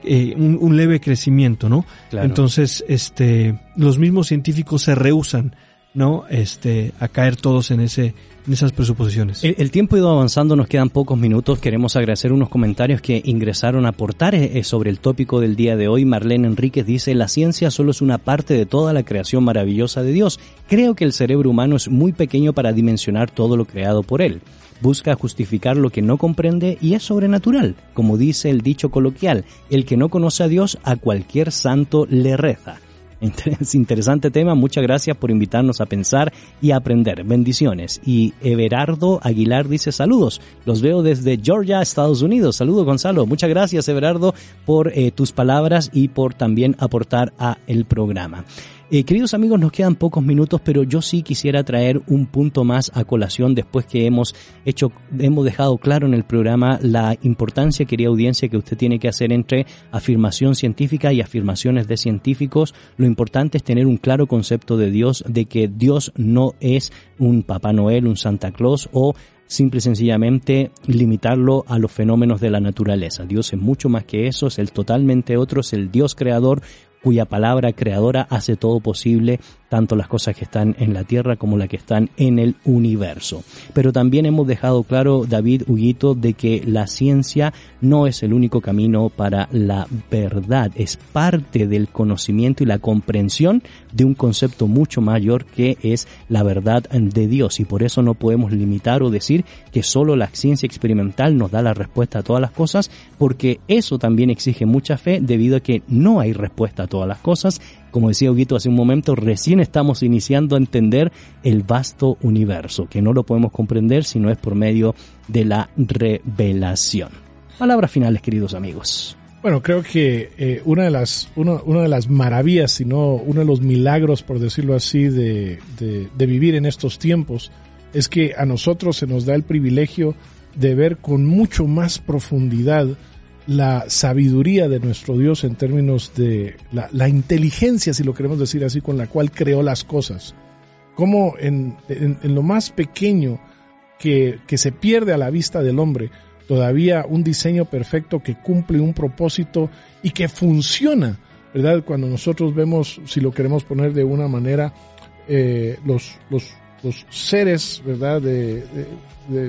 un leve crecimiento, ¿no? Claro. Entonces, los mismos científicos se rehúsan, ¿no? A caer todos en esas presuposiciones. El tiempo ha ido avanzando, nos quedan pocos minutos. Queremos agradecer unos comentarios que ingresaron a aportar sobre el tópico del día de hoy. Marlene Enríquez dice, la ciencia solo es una parte de toda la creación maravillosa de Dios. Creo que el cerebro humano es muy pequeño para dimensionar todo lo creado por él. Busca justificar lo que no comprende y es sobrenatural. Como dice el dicho coloquial, el que no conoce a Dios, a cualquier santo le reza. Interesante tema, muchas gracias por invitarnos a pensar y a aprender. Bendiciones. Y Everardo Aguilar dice, saludos, los veo desde Georgia, Estados Unidos. Saludos, Gonzalo. Muchas gracias, Everardo, por tus palabras y por también aportar a el programa. Queridos amigos, nos quedan pocos minutos, pero yo sí quisiera traer un punto más a colación después que hemos dejado claro en el programa la importancia, querida audiencia, que usted tiene que hacer entre afirmación científica y afirmaciones de científicos. Lo importante es tener un claro concepto de Dios, de que Dios no es un Papá Noel, un Santa Claus o simple y sencillamente limitarlo a los fenómenos de la naturaleza. Dios es mucho más que eso, es el totalmente otro, es el Dios creador, cuya palabra creadora hace todo posible, tanto las cosas que están en la tierra como las que están en el universo. Pero también hemos dejado claro, David, Huguito, de que la ciencia no es el único camino para la verdad, es parte del conocimiento y la comprensión de un concepto mucho mayor que es la verdad de Dios, y por eso no podemos limitar o decir que solo la ciencia experimental nos da la respuesta a todas las cosas, porque eso también exige mucha fe debido a que no hay respuesta a todas las cosas. Como decía Huguito hace un momento, recién estamos iniciando a entender el vasto universo, que no lo podemos comprender si no es por medio de la revelación. Palabras finales, queridos amigos. Bueno, creo que una de las maravillas, si no uno de los milagros, por decirlo así, de vivir en estos tiempos, es que a nosotros se nos da el privilegio de ver con mucho más profundidad la sabiduría de nuestro Dios en términos de la inteligencia, si lo queremos decir así, con la cual creó las cosas. Como en lo más pequeño que se pierde a la vista del hombre, todavía un diseño perfecto que cumple un propósito y que funciona, ¿verdad? Cuando nosotros vemos, si lo queremos poner de una manera, los seres, ¿verdad? De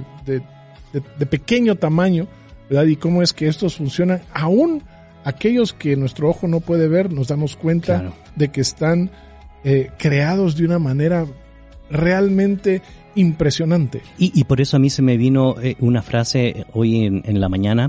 pequeño tamaño, ¿verdad? Y cómo es que estos funcionan, aún aquellos que nuestro ojo no puede ver, nos damos cuenta Claro. de que están creados de una manera realmente impresionante. Y por eso a mí se me vino una frase hoy en la mañana,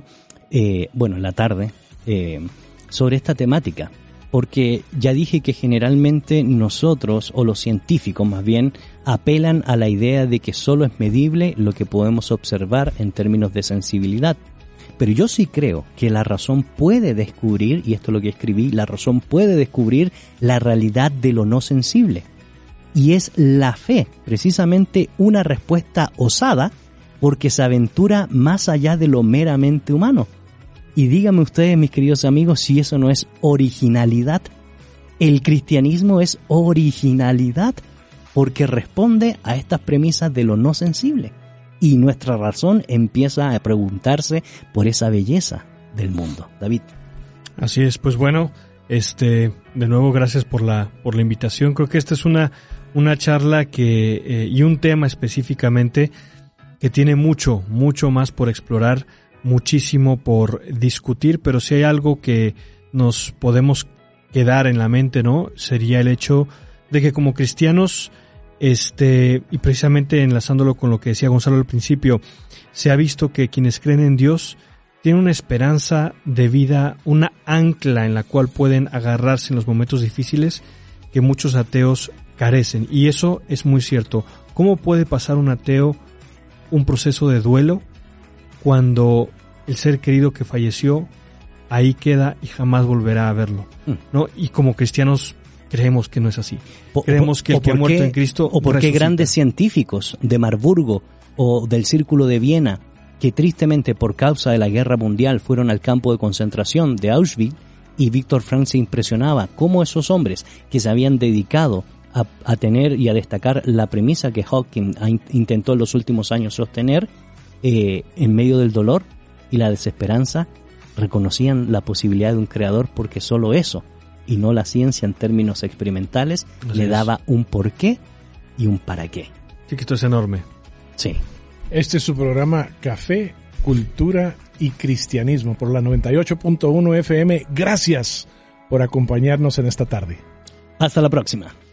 en la tarde, sobre esta temática. Porque ya dije que generalmente nosotros, o los científicos más bien, apelan a la idea de que solo es medible lo que podemos observar en términos de sensibilidad. Pero yo sí creo que la razón puede descubrir, y esto es lo que escribí, la razón puede descubrir la realidad de lo no sensible. Y es la fe, precisamente una respuesta osada, porque se aventura más allá de lo meramente humano. Y díganme ustedes, mis queridos amigos, si eso no es originalidad. El cristianismo es originalidad, porque responde a estas premisas de lo no sensible. Y nuestra razón empieza a preguntarse por esa belleza del mundo. David. Así es, pues bueno, de nuevo gracias por la invitación. Creo que esta es una charla que y un tema específicamente que tiene mucho más por explorar, muchísimo por discutir, pero si hay algo que nos podemos quedar en la mente, ¿no? Sería el hecho de que como cristianos, y precisamente enlazándolo con lo que decía Gonzalo al principio, se ha visto que quienes creen en Dios tienen una esperanza de vida, una ancla en la cual pueden agarrarse en los momentos difíciles que muchos ateos carecen. Y eso es muy cierto. ¿Cómo puede pasar un ateo un proceso de duelo cuando el ser querido que falleció ahí queda y jamás volverá a verlo, ¿no? Y como cristianos creemos que no es así. Creemos que el que ha muerto en Cristo o porque resucita. Grandes científicos de Marburgo o del Círculo de Viena, que tristemente por causa de la guerra mundial fueron al campo de concentración de Auschwitz, y Víctor Frank se impresionaba cómo esos hombres que se habían dedicado a tener y a destacar la premisa que Hawking intentó en los últimos años sostener, en medio del dolor y la desesperanza, reconocían la posibilidad de un creador, porque solo eso, y no la ciencia en términos experimentales, Así le es. daba un porqué y un para qué. Sí, que esto es enorme. Sí. Este es su programa Café, Cultura y Cristianismo por la 98.1 FM. Gracias por acompañarnos en esta tarde. Hasta la próxima.